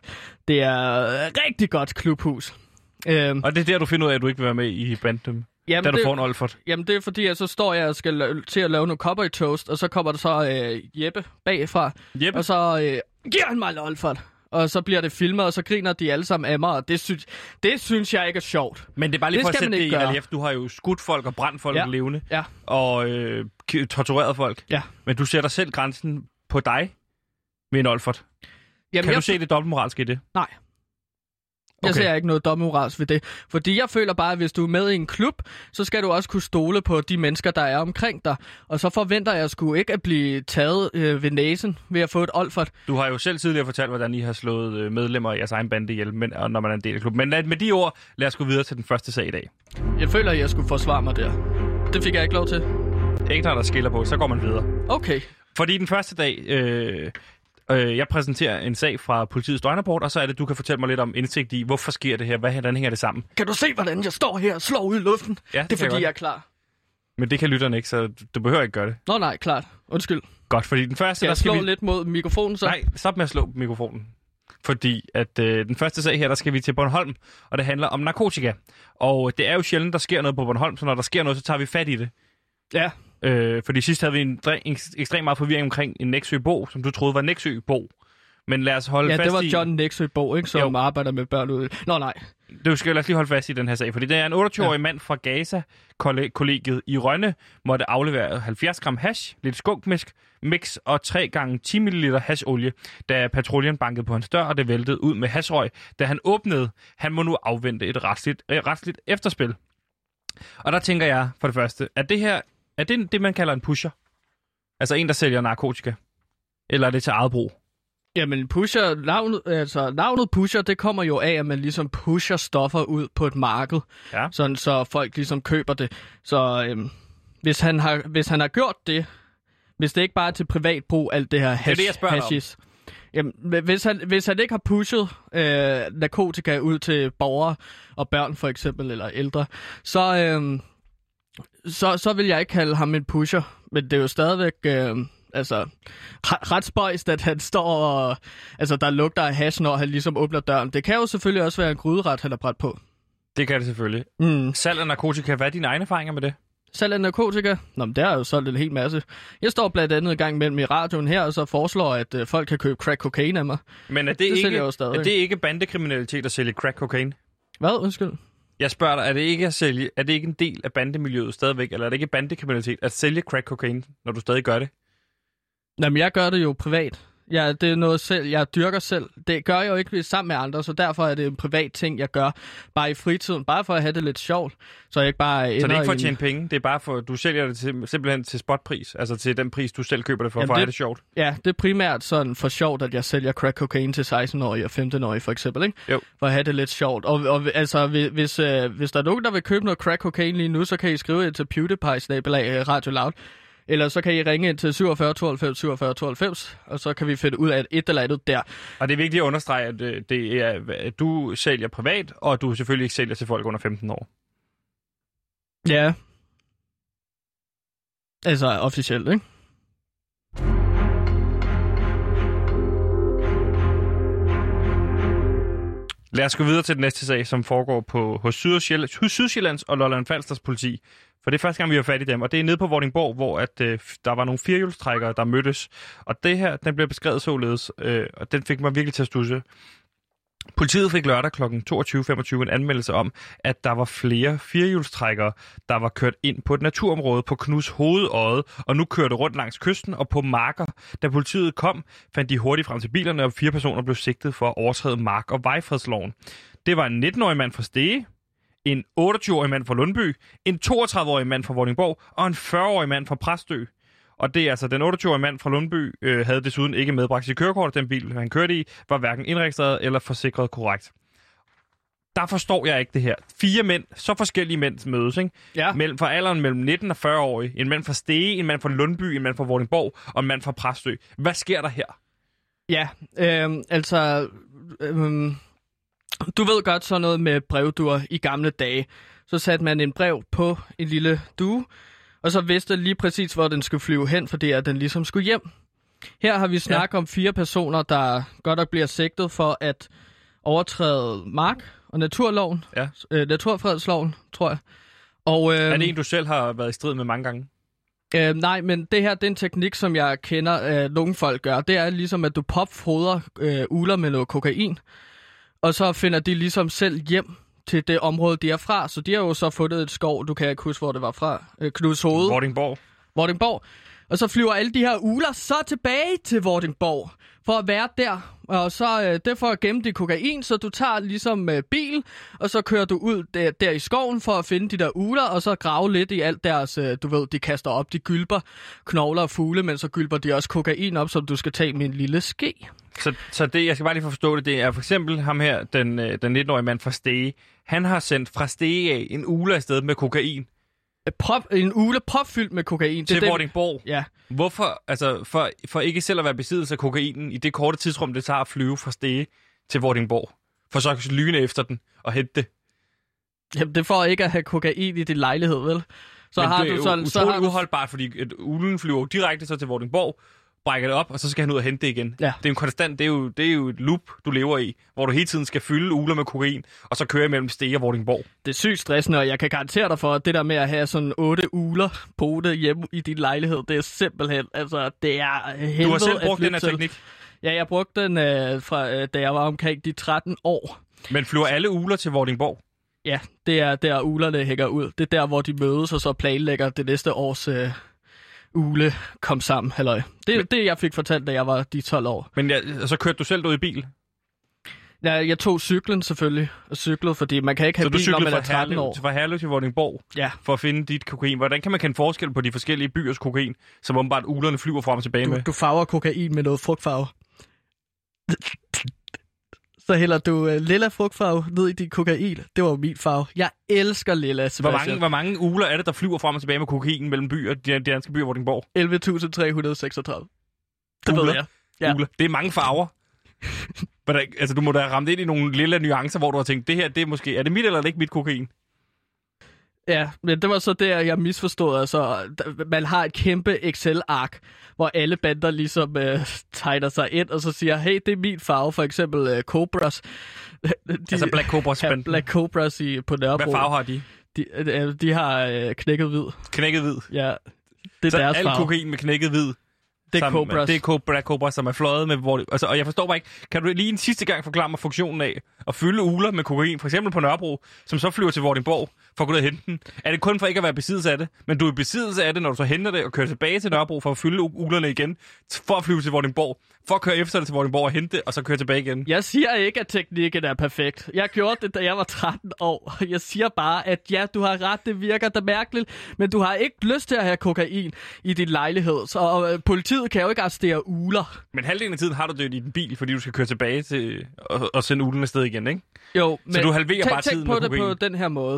er rigtig godt klubhus. Og det er der, du finder ud af, at du ikke vil være med i banden, da du får en olfert? Jamen, det er fordi, at så står jeg og skal til at lave noget cowboy toast, og så kommer der så Jeppe bagfra. Jeppe? Og så giver han mig en olfert. og så bliver det filmet, og så griner de alle sammen af mig, og det synes jeg ikke er sjovt. Men det er bare lige for at sætte det i relief. Du har jo skudt folk og brændt folk levende, og tortureret folk. Ja. Men du sætter selv grænsen på dig med en Olfert. Jamen, kan du se det dobbeltmoralske i det? Nej. Jeg ser ikke noget dobbeltmoralsk ved det. Fordi jeg føler bare, at hvis du er med i en klub, så skal du også kunne stole på de mennesker, der er omkring dig. Og så forventer jeg sgu ikke at blive taget ved næsen ved at få et Olfert. Du har jo selv tidligere fortalt, hvordan I har slået medlemmer i jeres egen bande ihjel, når man er en del af klubben. Men med de ord, lad os gå videre til den første sag i dag. Jeg føler, at jeg skulle forsvare mig der. Det fik jeg ikke lov til. Ikke når der skiller på, så går man videre. Okay. Fordi den første dag... jeg præsenterer en sag fra politiets døgnrapport, og så er det, du kan fortælle mig lidt om indsigt i, hvorfor sker det her, hvordan hænger det sammen? Kan du se, hvordan jeg står her og slår ud i luften? Ja, det er fordi, jeg er klar. Men det kan lytterne ikke, så du behøver ikke gøre det. Nå nej, klart. Undskyld. Godt, fordi den første... Jeg slår lidt mod mikrofonen, så? Nej, stop med at slå mikrofonen. Fordi at den første sag her, der skal vi til Bornholm, og det handler om narkotika. Og det er jo sjældent, der sker noget på Bornholm, så når der sker noget, så tager vi fat i det. Ja. Fordi sidst havde vi en ekstremt meget forvirring omkring en Nexø-bo, som du troede var Nexø-bo. Men lad os holde fast i... Ja, det var John Nexø-bo, ikke, som arbejder med børn ude. Nå, nej. Du skal lad os lige holde fast i den her sag, fordi det er en 28-årig mand fra Gaza-kollegiet i Rønne, måtte aflevere 70 gram hash, lidt skunkmix og 3 gange 10 ml hasholie, da patruljen bankede på hans dør, og det væltede ud med hashrøg. Da han åbnede, han må nu afvente et retsligt efterspil. Og der tænker jeg for det første, er det, man kalder en pusher? Altså en, der sælger narkotika? Eller er det til eget brug? Jamen, navnet pusher, det kommer jo af, at man ligesom pusher stoffer ud på et marked, sådan så folk ligesom køber det. Så hvis han har gjort det, hvis det ikke bare er til privat brug, alt det her hashish. Jamen, hvis han ikke har pushet narkotika ud til borgere og børn for eksempel, eller ældre, så vil jeg ikke kalde ham en pusher. Men det er jo stadigvæk ret spøjst, at han står og... Altså, der lugter af hash, når han ligesom åbner døren. Det kan jo selvfølgelig også være en gryderet, han har brændt på. Det kan det selvfølgelig. Salg af narkotika, hvad er dine egne erfaringer med det? Salg af narkotika? Nå, men der er jo solgt en hel masse. Jeg står blandt andet en gang mellem i radioen her, og så foreslår, at folk kan købe crack cocaine af mig. Men er det ikke bandekriminalitet at sælge crack cocaine? Hvad? Undskyld. Jeg spørger dig, er det ikke en del af bandemiljøet stadigvæk, eller er det ikke bandekriminalitet at sælge crack cocaine, når du stadig gør det? Jamen, jeg gør det jo privat. Ja, det er noget selv. Jeg dyrker selv. Det gør jeg jo ikke sammen med andre, så derfor er det en privat ting, jeg gør bare i fritiden. Bare for at have det lidt sjovt. Så jeg ikke bare så det er ikke for at tjene penge? Det er bare for, du sælger det simpelthen til spotpris? Altså til den pris, du selv køber det for, at have det sjovt? Ja, det er primært sådan for sjovt, at jeg sælger crack cocaine til 16-årige og 15-årige for eksempel, ikke? Jo. For at have det lidt sjovt. Og altså, hvis der er nogen, der vil købe noget crack cocaine lige nu, så kan I skrive det til PewDiePie /Radio Loud. Eller så kan I ringe ind til 47 92 47 92, og så kan vi finde ud af et eller andet der. Og det er vigtigt at understrege, at det er, at du sælger privat, og du selvfølgelig ikke sælger til folk under 15 år. Ja. Altså officielt, ikke? Lad os gå videre til den næste sag, som foregår hos Sydsjællands og Lolland Falsters politi. For det er første gang, vi har fat i dem, og det er nede på Vordingborg, hvor der var nogle firehjulstrækkere, der mødtes. Og det her, den blev beskrevet således, og den fik mig virkelig til at studse. Politiet fik lørdag kl. 22.25 en anmeldelse om, at der var flere firehjulstrækkere, der var kørt ind på et naturområde på Knuds Hovedøje, og nu kørte rundt langs kysten og på marker. Da politiet kom, fandt de hurtigt frem til bilerne, og 4 personer blev sigtet for at overtræde mark- og vejfredsloven. Det var en 19-årig mand fra Stege, en 28-årig mand fra Lundby, en 32-årig mand fra Vordingborg og en 40-årig mand fra Præstø. Og det er altså, den 28-årige mand fra Lundby havde desuden ikke medbragt sit kørekort. Den bil, han kørte i, var hverken indregistreret eller forsikret korrekt. Der forstår jeg ikke det her. 4 mænd, så forskellige mænd mødes, ikke? Ja. For alderen mellem 19 og 40 år. En mand fra Stege, en mand fra Lundby, en mand fra Vordingborg og en mand fra Præstø. Hvad sker der her? Ja, du ved godt sådan noget med brevduer i gamle dage. Så satte man en brev på en lille due, og så vidste lige præcis, hvor den skulle flyve hen, fordi at den ligesom skulle hjem. Her har vi snakket om 4 personer, der godt nok bliver sigtet for at overtræde mark- og naturloven. Ja. Naturfredsloven, tror jeg. Og, er det en, du selv har været i strid med mange gange? Nej, men det her det er en teknik, som jeg kender nogle folk gør. Det er ligesom, at du popfodrer ugler med noget kokain, og så finder de ligesom selv hjem til det område, de er fra. Så de har jo så fundet et skov, du kan ikke huske, hvor det var fra. Knudshoved. Vordingborg. Og så flyver alle de her ugler så tilbage til Vordingborg for at være der. Og så det for at gemme de kokain, så du tager ligesom bil, og så kører du ud der i skoven for at finde de der ugler, og så grave lidt i alt deres, du ved, de kaster op, de gylper knogler og fugle, men så gylper de også kokain op, som du skal tage med en lille ske. Så det, jeg skal bare lige forstå det, det er for eksempel ham her, den 19-årige mand fra Stege. Han har sendt fra Stege af en ugle afsted med kokain. En ugle propfyldt med kokain. Til Vordingborg? Ja. Hvorfor? Altså, for ikke selv at være besiddelse af kokainen i det korte tidsrum, det tager at flyve fra Stege til Vordingborg. For så at lyne efter den og hente det. Jamen, det får ikke at have kokain i din lejlighed, vel? Så men har det er du jo utroligt uholdbart, fordi at uglen flyver direkte så til Vordingborg, brækker det op, og så skal han ud og hente det igen. Ja. Det er en konstant, det er jo et loop, du lever i, hvor du hele tiden skal fylde ugler med kokain, og så køre imellem Stege og Vordingborg. Det er sygt stressende, og jeg kan garantere dig for, at det der med at have sådan 8 ugler pote hjemme i din lejlighed, det er simpelthen, altså, det er helvede. Du har selv brugt den her teknik? Ja, jeg brugte den fra da jeg var omkring de 13 år. Men flyver alle ugler til Vordingborg? Ja, det er der uglerne hænger ud. Det er der, hvor de mødes og så planlægger det næste års ugle kom sammen, halløj. Det er det, jeg fik fortalt, da jeg var de 12 år. Men så kørte du selv ud i bil? Ja, jeg tog cyklen selvfølgelig, og cyklede, fordi man kan ikke have bil, når man er 13 år. Så du cyklede fra Herlev til Vordingborg for at finde dit kokain. Hvordan kan man kende forskel på de forskellige byers kokain, som åbenbart uglerne flyver frem og tilbage med? Du farver kokain med noget frugtfarve. Så hælder du lilla frugtfarve ned i din kokain. Det var min farve. Jeg elsker lilla, Sebastian. Hvor mange ugler er det, der flyver frem og tilbage med kokain mellem byer, de danske byer Vordingborg? 11.336. Det ved jeg. Ja. Ugler. Det er mange farver. Altså, du må da have ramt ind i nogle lille nuancer, hvor du har tænkt, det her, det er måske, er det mit eller er det ikke mit kokain? Ja, men det var så der, jeg misforstod. Altså, man har et kæmpe Excel-ark, hvor alle bander ligesom tegner sig ind, og så siger, hey, det er min farve, for eksempel Cobras. Altså Black Cobras? Ja, Black Cobras på Nørrebro. Hvad farve har de? De har knækket hvid. Knækket hvid? Ja, det er deres farve. Så al kokain med knækket hvid? Det er Cobras. Det er Black Cobras, som er fløjet med... Altså, og jeg forstår bare ikke... Kan du lige en sidste gang forklare mig funktionen af at fylde ugler med kokain, for eksempel på Nørrebro, som så flyver til Vordingborg for at gå ned og hente den? Er det kun for ikke at være besiddelse af det, men du er i besiddelse af det, når du så henter det og kører tilbage til Nørrebro for at fylde uglerne igen, for at flyve til Vordingborg, for at køre efter det til Vordingborg og hente det, og så køre tilbage igen? Jeg siger ikke, at teknikken er perfekt. Jeg gjorde det, da jeg var 13 år. Jeg siger bare, at ja, du har ret, det virker da mærkeligt, men du har ikke lyst til at have kokain i din lejlighed, så politiet kan jo ikke arrestere ugler. Men halvdelen af tiden har du det i din bil, fordi du skal køre tilbage til og sende uglen afsted igen, ikke? Jo, men så du halverer bare tiden med kokain. Tænk på det på den her måde.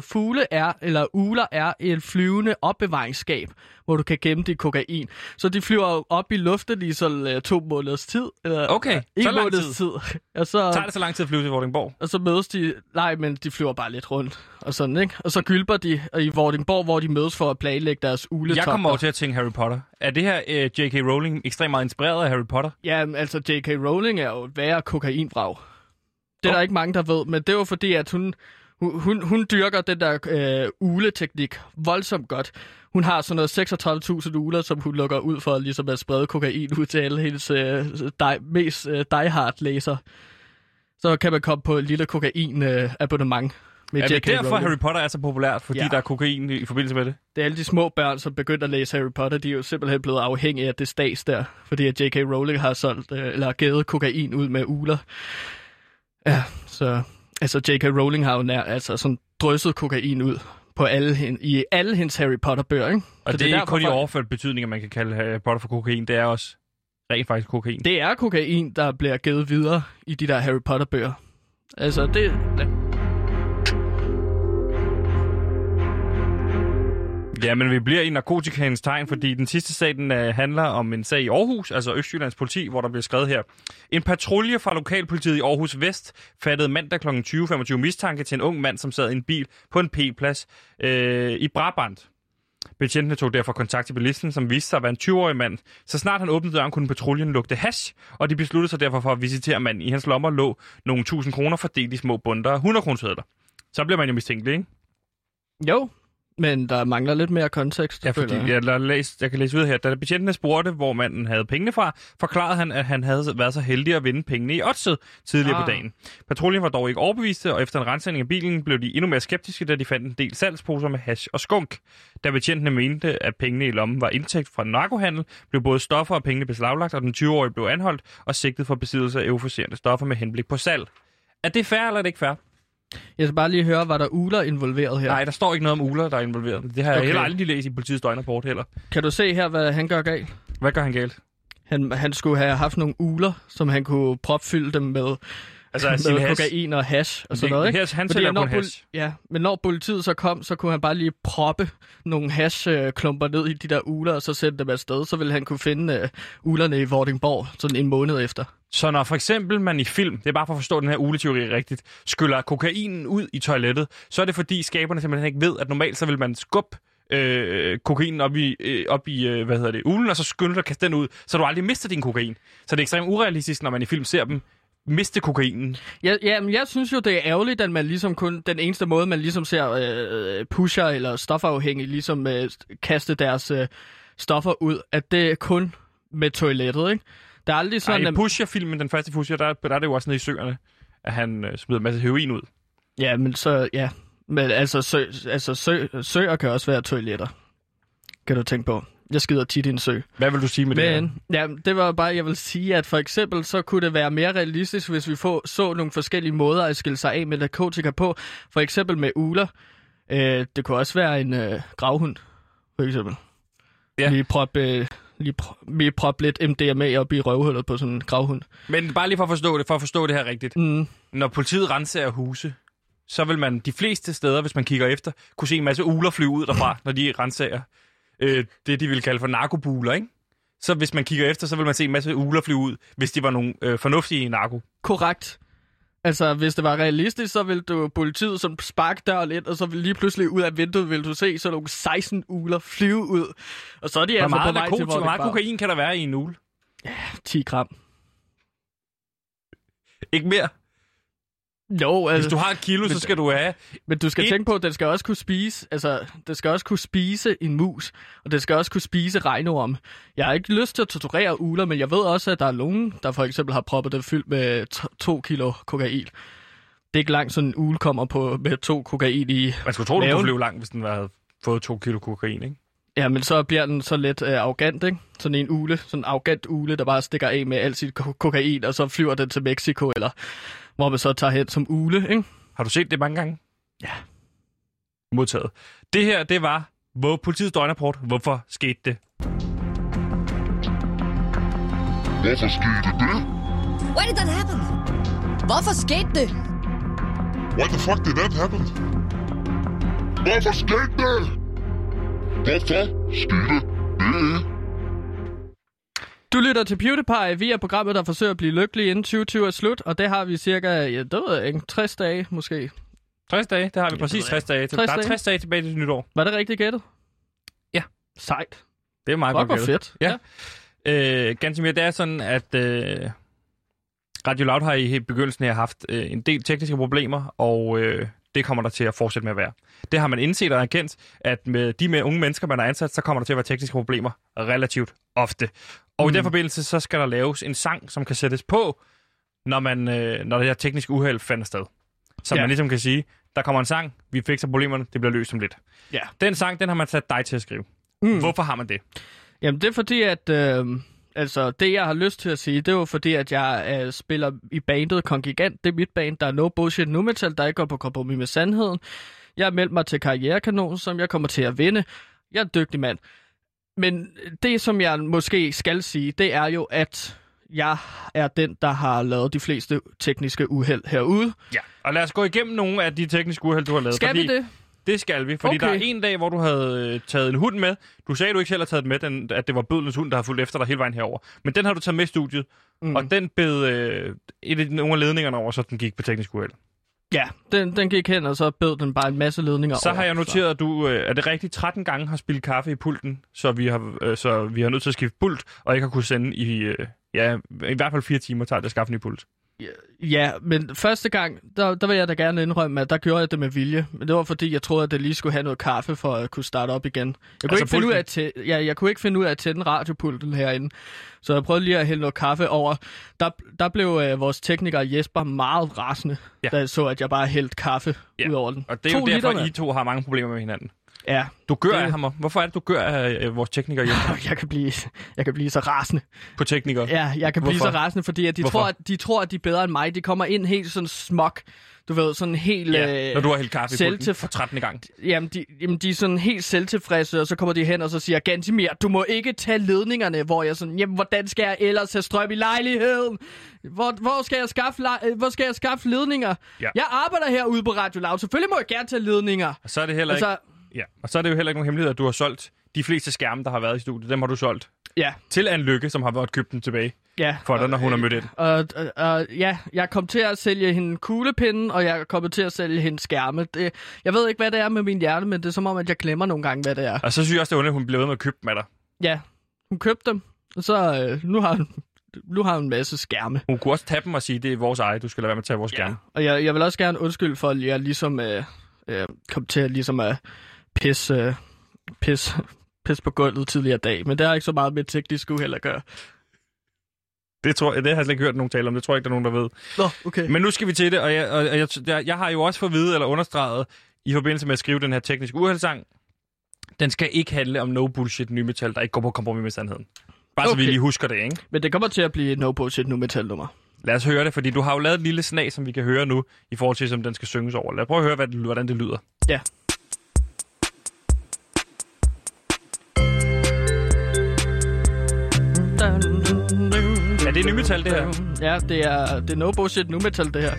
Ugler er et flyvende opbevaringsskab, hvor du kan gemme dit kokain. Så de flyver op i luften i så 2 måneders tid. Okay, så lang tid. Og så tager det så lang tid at flyve til Vordingborg? Og så mødes de... Nej, men de flyver bare lidt rundt og sådan, ikke? Og så gylper de i Vordingborg, hvor de mødes for at planlægge deres uletogter. Jeg kommer over til at tænke Harry Potter. Er det her J.K. Rowling ekstremt meget inspireret af Harry Potter? Ja, altså J.K. Rowling er jo et værre kokainvrag. Det er der ikke mange, der ved, men det er jo fordi, at hun dyrker den der uleteknik voldsomt godt. Hun har sådan noget 36.000 ugler, som hun lukker ud for ligesom at sprede kokain ud til alle hendes mest die-hard-læsere. Så kan man komme på et lille kokain-abonnement. Er det derfor, Harry Potter er så populært? Fordi der er kokain i forbindelse med det? Det er alle de små børn, som begynder at læse Harry Potter. De er jo simpelthen blevet afhængige af det stads der. Fordi at J.K. Rowling har solgt, eller givet kokain ud med ugler. Ja, så... Altså, J.K. Rowling har jo sådan drysset kokain ud på i alle hendes Harry Potter-bøger, ikke? Og så det er ikke kun i overført betydning, at man kan kalde Harry Potter for kokain. Det er også rent faktisk kokain. Det er kokain, der bliver givet videre i de der Harry Potter-bøger. Altså, det... Ja, men vi bliver i narkotikaens tegn, fordi den sidste sag, den handler om en sag i Aarhus, altså Østjyllands politi, hvor der bliver skrevet her. En patrulje fra lokalpolitiet i Aarhus Vest fattede mandag kl. 20.25 mistanke til en ung mand, som sad i en bil på en P-plads i Brabant. Betjentene tog derfor kontakt til bilisten, som viste sig at være en 20-årig mand. Så snart han åbnede døren, kunne patruljen lugte hash, og de besluttede sig derfor for at visitere manden. I hans lommer lå nogle 1.000 kroner fordelt i små bundter af 100 kronesedler. Så bliver man jo mistænkelig, ikke? Jo. Men der mangler lidt mere kontekst. Ja, fordi jeg kan læse ud her. Da betjentene spurgte, hvor manden havde pengene fra, forklarede han, at han havde været så heldig at vinde pengene i oddset tidligere på dagen. Patruljen var dog ikke overbeviste, og efter en rensning af bilen blev de endnu mere skeptiske, da de fandt en del salgsposer med hash og skunk. Da betjentene mente, at pengene i lommen var indtægt fra narkohandel, blev både stoffer og pengene beslaglagt, og den 20-årige blev anholdt og sigtet for besiddelse af euforiserende stoffer med henblik på salg. Er det fair, eller er det ikke fair? Jeg skal bare lige høre, var der ugler involveret her? Nej, der står ikke noget om ugler, der er involveret. Det har jeg heller aldrig læst i politiets døgnrapport heller. Kan du se her, hvad han gør galt? Hvad gør han galt? Han skulle have haft nogle ugler, som han kunne propfylde dem med, med kokain og hash og sådan noget, ikke? Han sælger kun hash. Ja, men når politiet så kom, så kunne han bare lige proppe nogle hash-klumper ned i de der ugler, og så sætte dem afsted. Så ville han kunne finde uglerne i Vordingborg sådan en måned efter. Så når for eksempel man i film, det er bare for at forstå den her ugleteori rigtigt, skyller kokainen ud i toilettet, så er det fordi skaberne simpelthen ikke ved, at normalt så vil man skubbe kokainen op i uglen, og så skynde dig kaste den ud, så du aldrig mister din kokain. Så det er ekstremt urealistisk, når man i film ser dem miste kokainen. Ja, men jeg synes jo, det er ærgerligt, at man ligesom kun den eneste måde, man ligesom ser pusher eller stofafhængige ligesom kaste deres stoffer ud, at det er kun med toilettet, ikke? Der er aldrig sådan... I Pusher-filmen, den første Pusher, der er det jo også nede i søerne, at han smider en masse heroin ud. Ja, men så... Ja. Men søer kan også være toiletter. Kan du tænke på. Jeg skider tit i en sø. Hvad vil du sige med det her? Ja, det var bare, jeg vil sige, at for eksempel så kunne det være mere realistisk, hvis vi så nogle forskellige måder at skille sig af med narkotika på. For eksempel med ugler. Det kunne også være en gravhund, for eksempel. Ja. Vi proppe lidt MDMA op i røvhullet på sådan en gravhund. Men bare lige for at forstå det her rigtigt. Når politiet renser huse, så vil man de fleste steder, hvis man kigger efter, kunne se en masse ugler flyve ud derfra, når de renser. Det, de vil kalde for narkobuler, ikke? Så hvis man kigger efter, så vil man se en masse ugler flyve ud, hvis de var nogle fornuftige narko. Korrekt. Altså, hvis det var realistisk, så ville du politiet som sparke døren lidt, og så ville lige pludselig ud af vinduet, ville du se så nogle 16 ugler flyve ud. Og så er de altså på vej til, hvor meget kokain kan der være i en ugle? Ja, 10 gram. Ikke mere? Jo, altså... Hvis du har 1 kilo, så skal du have... Men du skal tænke på, at den skal også kunne spise... Altså, den skal også kunne spise en mus, og den skal også kunne spise regnorm. Jeg har ikke lyst til at torturere ugler, men jeg ved også, at der er nogen, der for eksempel har proppet det fyldt med 2 kilo kokain. Det er ikke langt, sådan en ugle kommer på med 2 kokain i man skulle tro, den kunne flyve langt, hvis den havde fået 2 kilo kokain, ikke? Ja, men så bliver den så lidt arrogant, ikke? Sådan en ugle, sådan en arrogant ugle, der bare stikker af med alt sit kokain, og så flyver den til Mexico, eller hvor man så tager hen som ugle, ikke? Har du set det mange gange? Ja. Modtaget. Det her, det var politiets døgnrapport. Hvorfor skete det? Hvorfor skete det? Why did that happen? Hvorfor skete det? Why the fuck did that happen? Hvorfor skete det? Hvorfor skete det? Du lytter til PewDiePie. Vi er programmet, der forsøger at blive lykkelig inden 2020 er slut, og det har vi cirka, det ved jeg ikke, 60 dage måske. 60 dage? Det har vi præcis 60 dage til. Der er 60 dage tilbage til nytår. Var det rigtigt gættet? Ja. Sejt. Det er meget godt gættet. Fedt. Ja. Ganske mere, det er sådan, at Radio Loud har i begyndelsen her haft en del tekniske problemer, og det kommer der til at fortsætte med at være. Det har man indset og erkendt, at med de unge mennesker, man har ansat, så kommer der til at være tekniske problemer relativt ofte. Og i den forbindelse, så skal der laves en sang, som kan sættes på, når det her tekniske uheld finder sted. Så man ligesom kan sige, der kommer en sang, vi fikser problemerne, det bliver løst om lidt. Ja. Den sang, den har man sat dig til at skrive. Hvorfor har man det? Jamen, det er fordi, at det, jeg har lyst til at sige, det er jo fordi, at jeg spiller i bandet Kongigant. Det er mit band, der er no bullshit nu metal, der ikke går på kompromis med sandheden. Jeg har meldt mig til Karrierekanon, som jeg kommer til at vinde. Jeg er en dygtig mand. Men det, som jeg måske skal sige, det er jo, at jeg er den, der har lavet de fleste tekniske uheld herude. Ja, og lad os gå igennem nogle af de tekniske uheld, du har lavet. Skal vi det? Det skal vi, fordi der er en dag, hvor du havde taget en hund med. Du sagde, du ikke selv har taget den med, at det var bødlens hund, der har fulgt efter dig hele vejen herover. Men den har du taget med i studiet, og den bed nogle af ledningerne over, så den gik på teknisk uheld. Ja, den gik hen, og så bed den bare en masse ledninger over. Så har jeg noteret, at du, er det rigtigt, 13 gange har spillet kaffe i pulten, så vi har nødt til at skifte pult, og ikke har kunnet sende i hvert fald 4 timer tager det at skaffe en ny pult. Ja, men første gang, der vil jeg da gerne indrømme, at der gjorde jeg det med vilje. Men det var fordi, jeg troede, at jeg lige skulle have noget kaffe for at kunne starte op igen. Jeg kunne, ikke finde ud af at tænde radiopulten herinde. Så jeg prøvede lige at hælde noget kaffe over. Der blev vores tekniker Jesper meget rasende, da jeg så, at jeg bare hældte kaffe ud over den. Og det er jo derfor, I to har mange problemer med hinanden. Ja. Du gør af ham. Hvorfor er det, du gør af vores tekniker Jesper? Jeg kan blive så rasende. På tekniker? Ja, jeg kan blive så rasende, fordi at de tror, at de er bedre end mig. De kommer ind helt sådan smuk. Du ved, sådan helt... når du har hældt kaffe i pulten for 13. gang. Jamen, de er sådan helt selvtilfredse, og så kommer de hen og så siger, Gantimir, du må ikke tage ledningerne, hvor jeg sådan, jamen, hvordan skal jeg ellers have strøm i lejligheden? Hvor skal jeg skaffe ledninger? Ja. Jeg arbejder herude på Radio Loud. Selvfølgelig må jeg gerne tage ledninger. Og så er det heller ikke... Ja, og så er det jo heller ikke nogen hemmelighed, at du har solgt de fleste skærme, der har været i studiet. Dem har du solgt til Anne Lykke, som har været købt dem tilbage for dig, når hun har mødt ind. Jeg kom til at sælge hende kuglepinden, og jeg kom til at sælge hende skærme. Jeg ved ikke, hvad det er med min hjerte, men det er som om, at jeg glemmer nogle gange, hvad det er. Og så synes jeg også, det er at hun blev ved med at købe dem af dig. Ja, hun købte dem, og så nu har hun en masse skærme. Hun kunne også tage dem og sige, det er vores eje, du skal lade være med at tage vores skærme. Og jeg vil også gerne undskylde for, at jeg ligesom kom til at ligesom at pisse på gulvet tidligere dag, men det har ikke så meget med teknisk uheld at gøre. Det har jeg slet ikke hørt nogen tale om. Det tror jeg ikke, der er nogen, der ved. Nå, okay. Men nu skal vi til det, og jeg har jo også fået at vide, eller understreget, i forbindelse med at skrive den her teknisk uheldssang, den skal ikke handle om no bullshit ny metal, der ikke går på kompromis med sandheden. Bare så vi lige husker det, ikke? Men det kommer til at blive et no bullshit nu metal nummer. Lad os høre det, fordi du har jo lavet et lille snas, som vi kan høre nu, i forhold til, som den skal synges over. Lad os prøve at høre, hvordan det lyder. Ja. Er det ny metal, det her? Ja, det er no bullshit nu metal, det her.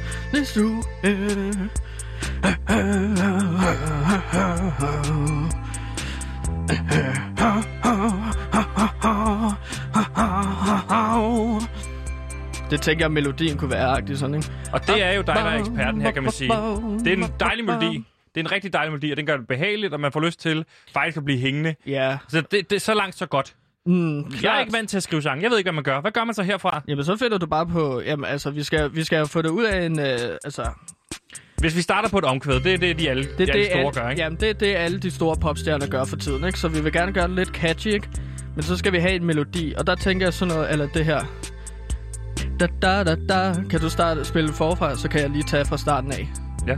Det tænker jeg, melodien kunne være agtig sådan, ikke? Og det er jo dig, der er eksperten her, kan man sige. Det er en dejlig melodi. Det er en rigtig dejlig melodi, og den gør det behageligt, og man får lyst til faktisk at blive hængende. Ja. Så det er så langt, så godt. Jeg er ikke vant til at skrive sang. Jeg ved ikke, hvad man gør. Hvad gør man så herfra? Jamen, så finder du bare på... Jamen, altså, vi skal jo få det ud af en... Hvis vi starter på et omkvæd, det er det, de alle store gør, ikke? Jamen, det er alle de store popstjerner gør for tiden, ikke? Så vi vil gerne gøre det lidt catchy, ikke? Men så skal vi have en melodi, og der tænker jeg sådan noget, eller det her... Da, da, da, da. Kan du spille forfra, så kan jeg lige tage fra starten af. Ja.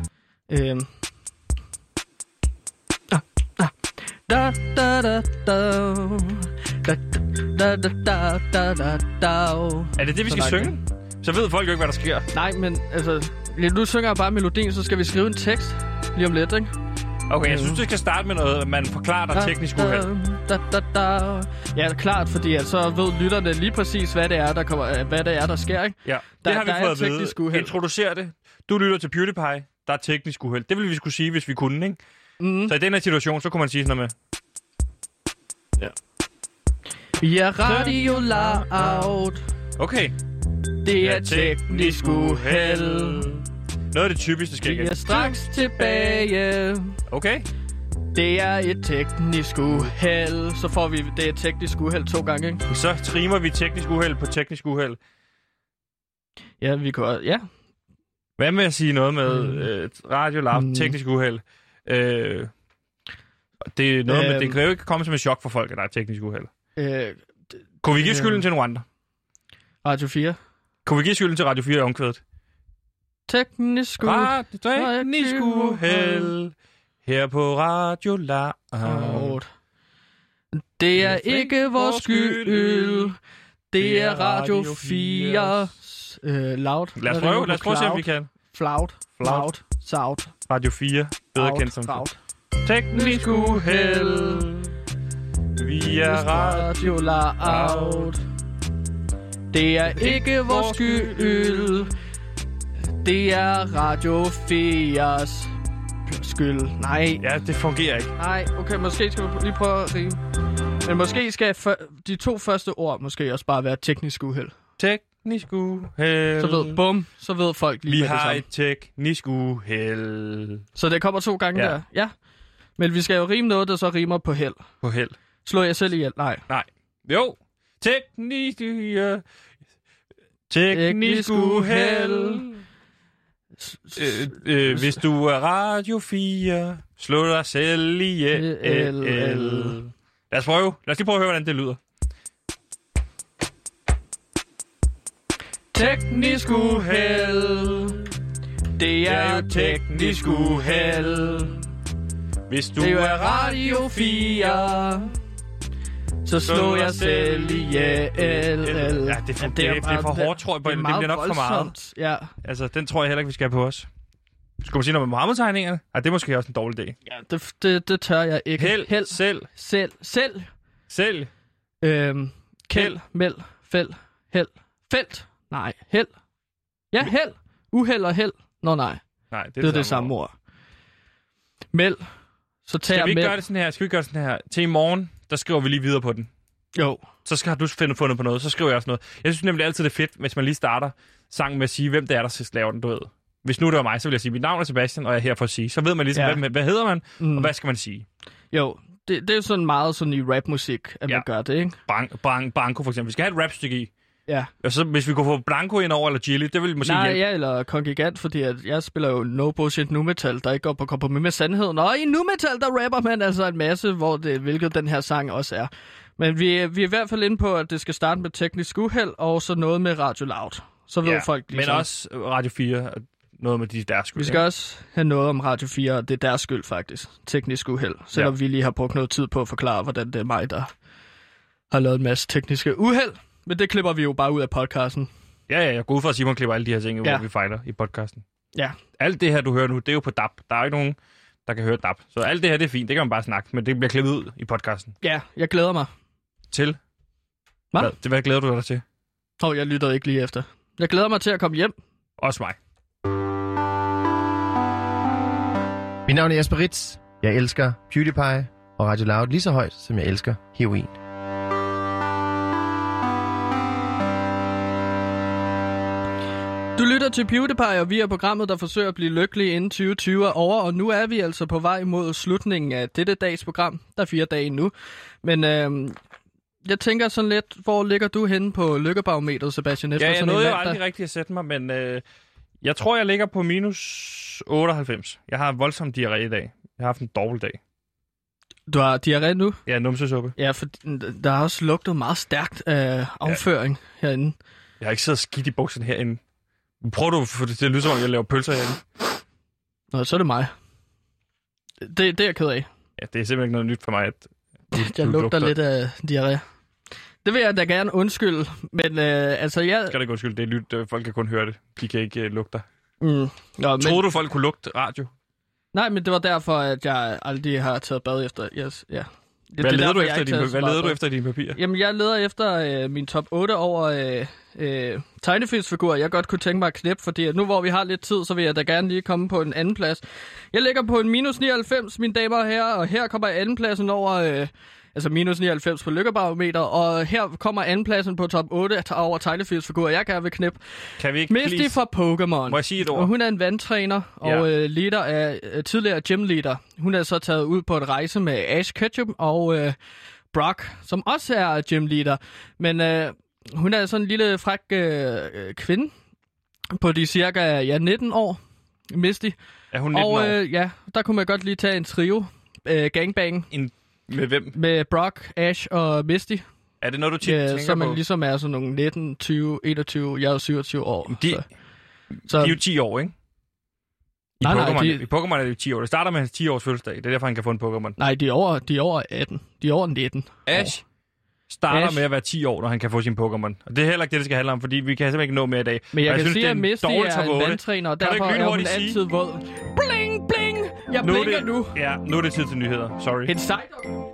Da, da, da, da. Da, da, da, da, da, da, da. Er det det, vi skal synge? Så ved folk jo ikke, hvad der sker. Nej, men altså... Nu synger jeg bare melodien, så skal vi skrive en tekst lige om lidt, ikke? Okay, jeg synes, det skal starte med noget, man forklarer dig teknisk uheld. Ja, klart, fordi at så ved lytterne lige præcis, hvad det er, der sker, ikke? Ja, det har vi fået at vide. Introducer det. Du lytter til PewDiePie. Der er teknisk uheld. Det ville vi skulle sige, hvis vi kunne, ikke? Så i den her situation, så kunne man sige sådan noget med... Ja. Vi er Radio Loud. Okay. Det er teknisk uheld. Noget af det typiske, skal vi er straks tilbage. Okay. Det er et teknisk uheld. Så får vi det teknisk uheld 2 gange, ikke? Så trimer vi teknisk uheld på teknisk uheld. Ja, vi kan... Ja. Hvad med at sige noget med Radio Loud, teknisk uheld? Det er noget med... Det kan jo ikke komme som et chok for folk, at der er teknisk uheld. Kunne vi give skylden til nogle andre? Radio 4. Kunne vi give skylden til Radio 4 i omkvædet? Teknisk uheld her på Radio Loud. Det er ikke vores skyld. Det er Radio 4's Loud. Lad os prøve at se, om vi kan. Loud. Radio 4, bedre kendt som Loud. Teknisk uheld. Vi er Radio Loud. Det er ikke vores skyld. Det er Radio 4's skyld. Nej. Ja, det fungerer ikke. Nej, okay, måske skal vi lige prøve at rime. Men måske skal de 2 første ord måske også bare være teknisk uheld. Teknisk uheld. Så ved folk lige, vi hvad det har et teknisk uheld. Så det kommer 2 gange der? Ja. Men vi skal jo rime noget, der så rimer på held. På held. Slår jeg selv ihjel? Nej. Jo. Teknisk... Teknisk uheld. Hvis du er Radio 4, slå dig selv ihjel. Lad os lige prøve at høre, hvordan det lyder. Teknisk uheld. Det er jo teknisk uheld. Hvis du det er Radio 4, så slår jeg selv ihjel. Ja, det er for hårdt, tror jeg. Det bliver nok for meget. Ja. Altså, den tror jeg heller ikke, vi skal have på os. Skulle man sige noget med Mohammed-tegningerne? Ja, det er måske også en dårlig idé. Ja, det tør jeg ikke. Held. Selv. Kæld. Meld. Held. Felt. Nej. Held. Ja, held. Uheld og held. Nej, det er det samme ord. Meld. Så tager Skal vi ikke gøre det sådan her? Til i morgen, der skriver vi lige videre på den. Jo. Så skal du fundet på noget, så skriver jeg også noget. Jeg synes nemlig altid, det er fedt, hvis man lige starter sangen med at sige, hvem det er, der laver den, du ved. Hvis nu det var mig, så vil jeg sige, mit navn er Sebastian, og jeg er her for at sige. Så ved man ligesom, hvad hedder man, og hvad skal man sige. Jo, det er jo sådan meget sådan i rapmusik, at man gør det, ikke? Branko for eksempel. Vi skal have et rapstykke i. Ja. Og så hvis vi kunne få Blanco ind over, eller Gilly, det ville måske hjælpe. Ja, eller Kongigant, fordi at jeg spiller jo no bullshit nu metal, der ikke går på kompromis med sandheden. Og i nu metal, der rapper man altså en masse, hvilket den her sang også er. Men vi er i hvert fald inde på, at det skal starte med teknisk uheld, og så noget med Radio Loud. Så ved folk ligesom. Men også Radio 4, noget med deres skyld. Vi skal også have noget om Radio 4, og det er deres skyld faktisk. Teknisk uheld. Selvom vi lige har brugt noget tid på at forklare, hvordan det er mig, der har lavet en masse tekniske uheld. Men det klipper vi jo bare ud af podcasten. Ja, jeg går ud fra, at Simon klipper alle de her ting, hvor vi fejler i podcasten. Ja. Alt det her, du hører nu, det er jo på DAB. Der er jo ikke nogen, der kan høre DAB. Så alt det her, det er fint. Det kan man bare snakke, men det bliver klippet ud i podcasten. Ja, jeg glæder mig. Til? Hvad? Hvad glæder du dig til? Jeg lytter ikke lige efter. Jeg glæder mig til at komme hjem. Også mig. Mit navn er Jesper Ritz. Jeg elsker PewDiePie og Radio Loud lige så højt, som jeg elsker heroin. Du lytter til PewDiePie, og vi er programmet, der forsøger at blive lykkelige inden 2020 er over, og nu er vi altså på vej mod slutningen af dette dags program. Der er 4 dage nu. Men jeg tænker sådan lidt, hvor ligger du henne på lykkebarometeret, Sebastian? Ja, jeg nåede jo aldrig rigtig at sætte mig, men jeg tror, jeg ligger på minus 98. Jeg har voldsom diarré i dag. Jeg har haft en dårlig dag. Du har diarré nu? Ja, numsesuppe. Ja, for der har også lugtet meget stærkt af afføring herinde. Jeg har ikke siddet skidt i bukserne herinde. Prøver du, for det lyder som om, jeg laver pølser herinde. Nå, så er det mig. Det er jeg ked af. Ja, det er simpelthen ikke noget nyt for mig, at jeg lugter lidt af diarré. Det vil jeg da gerne undskylde, men altså jeg... Skal det ikke undskylde, det er lyt. Folk kan kun høre det. De kan ikke lugte. Troede du, folk kunne lugte radio? Nej, men det var derfor, at jeg aldrig har taget bad efter. Ja. Hvad leder du efter i dine papirer? Jamen, jeg leder efter min top 8 over tegnefilmsfigurer, jeg godt kunne tænke mig at knippe, fordi at nu hvor vi har lidt tid, så vil jeg da gerne lige komme på en anden plads. Jeg ligger på en minus 99, mine damer og herrer, og her kommer andenpladsen over... altså minus 99 på lykkebarometer, og her kommer andenpladsen på top 8 over tegnefilmsfigurer, jeg gerne vil knippe. Kan vi ikke Misty fra Pokémon. Må jeg sige et ord? Og hun er en vandtræner, og leader af tidligere gymleader. Hun er så taget ud på et rejse med Ash Ketchum og Brock, som også er gymleader. Men hun er sådan en lille fræk kvinde på de cirka 19 år, Misty. Er hun 19 år? Og der kunne man godt lige tage en trio, gangbang. Med hvem? Med Brock, Ash og Misty. Er det noget, du tænker på? Så man ligesom er sådan nogle 19, 20, 21, jeg er 27 år. De er jo 10 år, ikke? I Pokémon er det jo 10 år. Det starter med hans 10 års fødselsdag. Det er derfor, han kan få en Pokémon. Nej, de er over 18. De er over 19. Ash starter med at være 10 år, når han kan få sin Pokémon. Og det er heller ikke det, det skal handle om, fordi vi kan simpelthen ikke nå mere i dag. Men jeg kan sige, at Misty er en vandtræner, og derfor er hun altid våd. Bling, bling! Jeg blinker nu. Ja, nu er det tid til nyheder. Sorry. En sejt.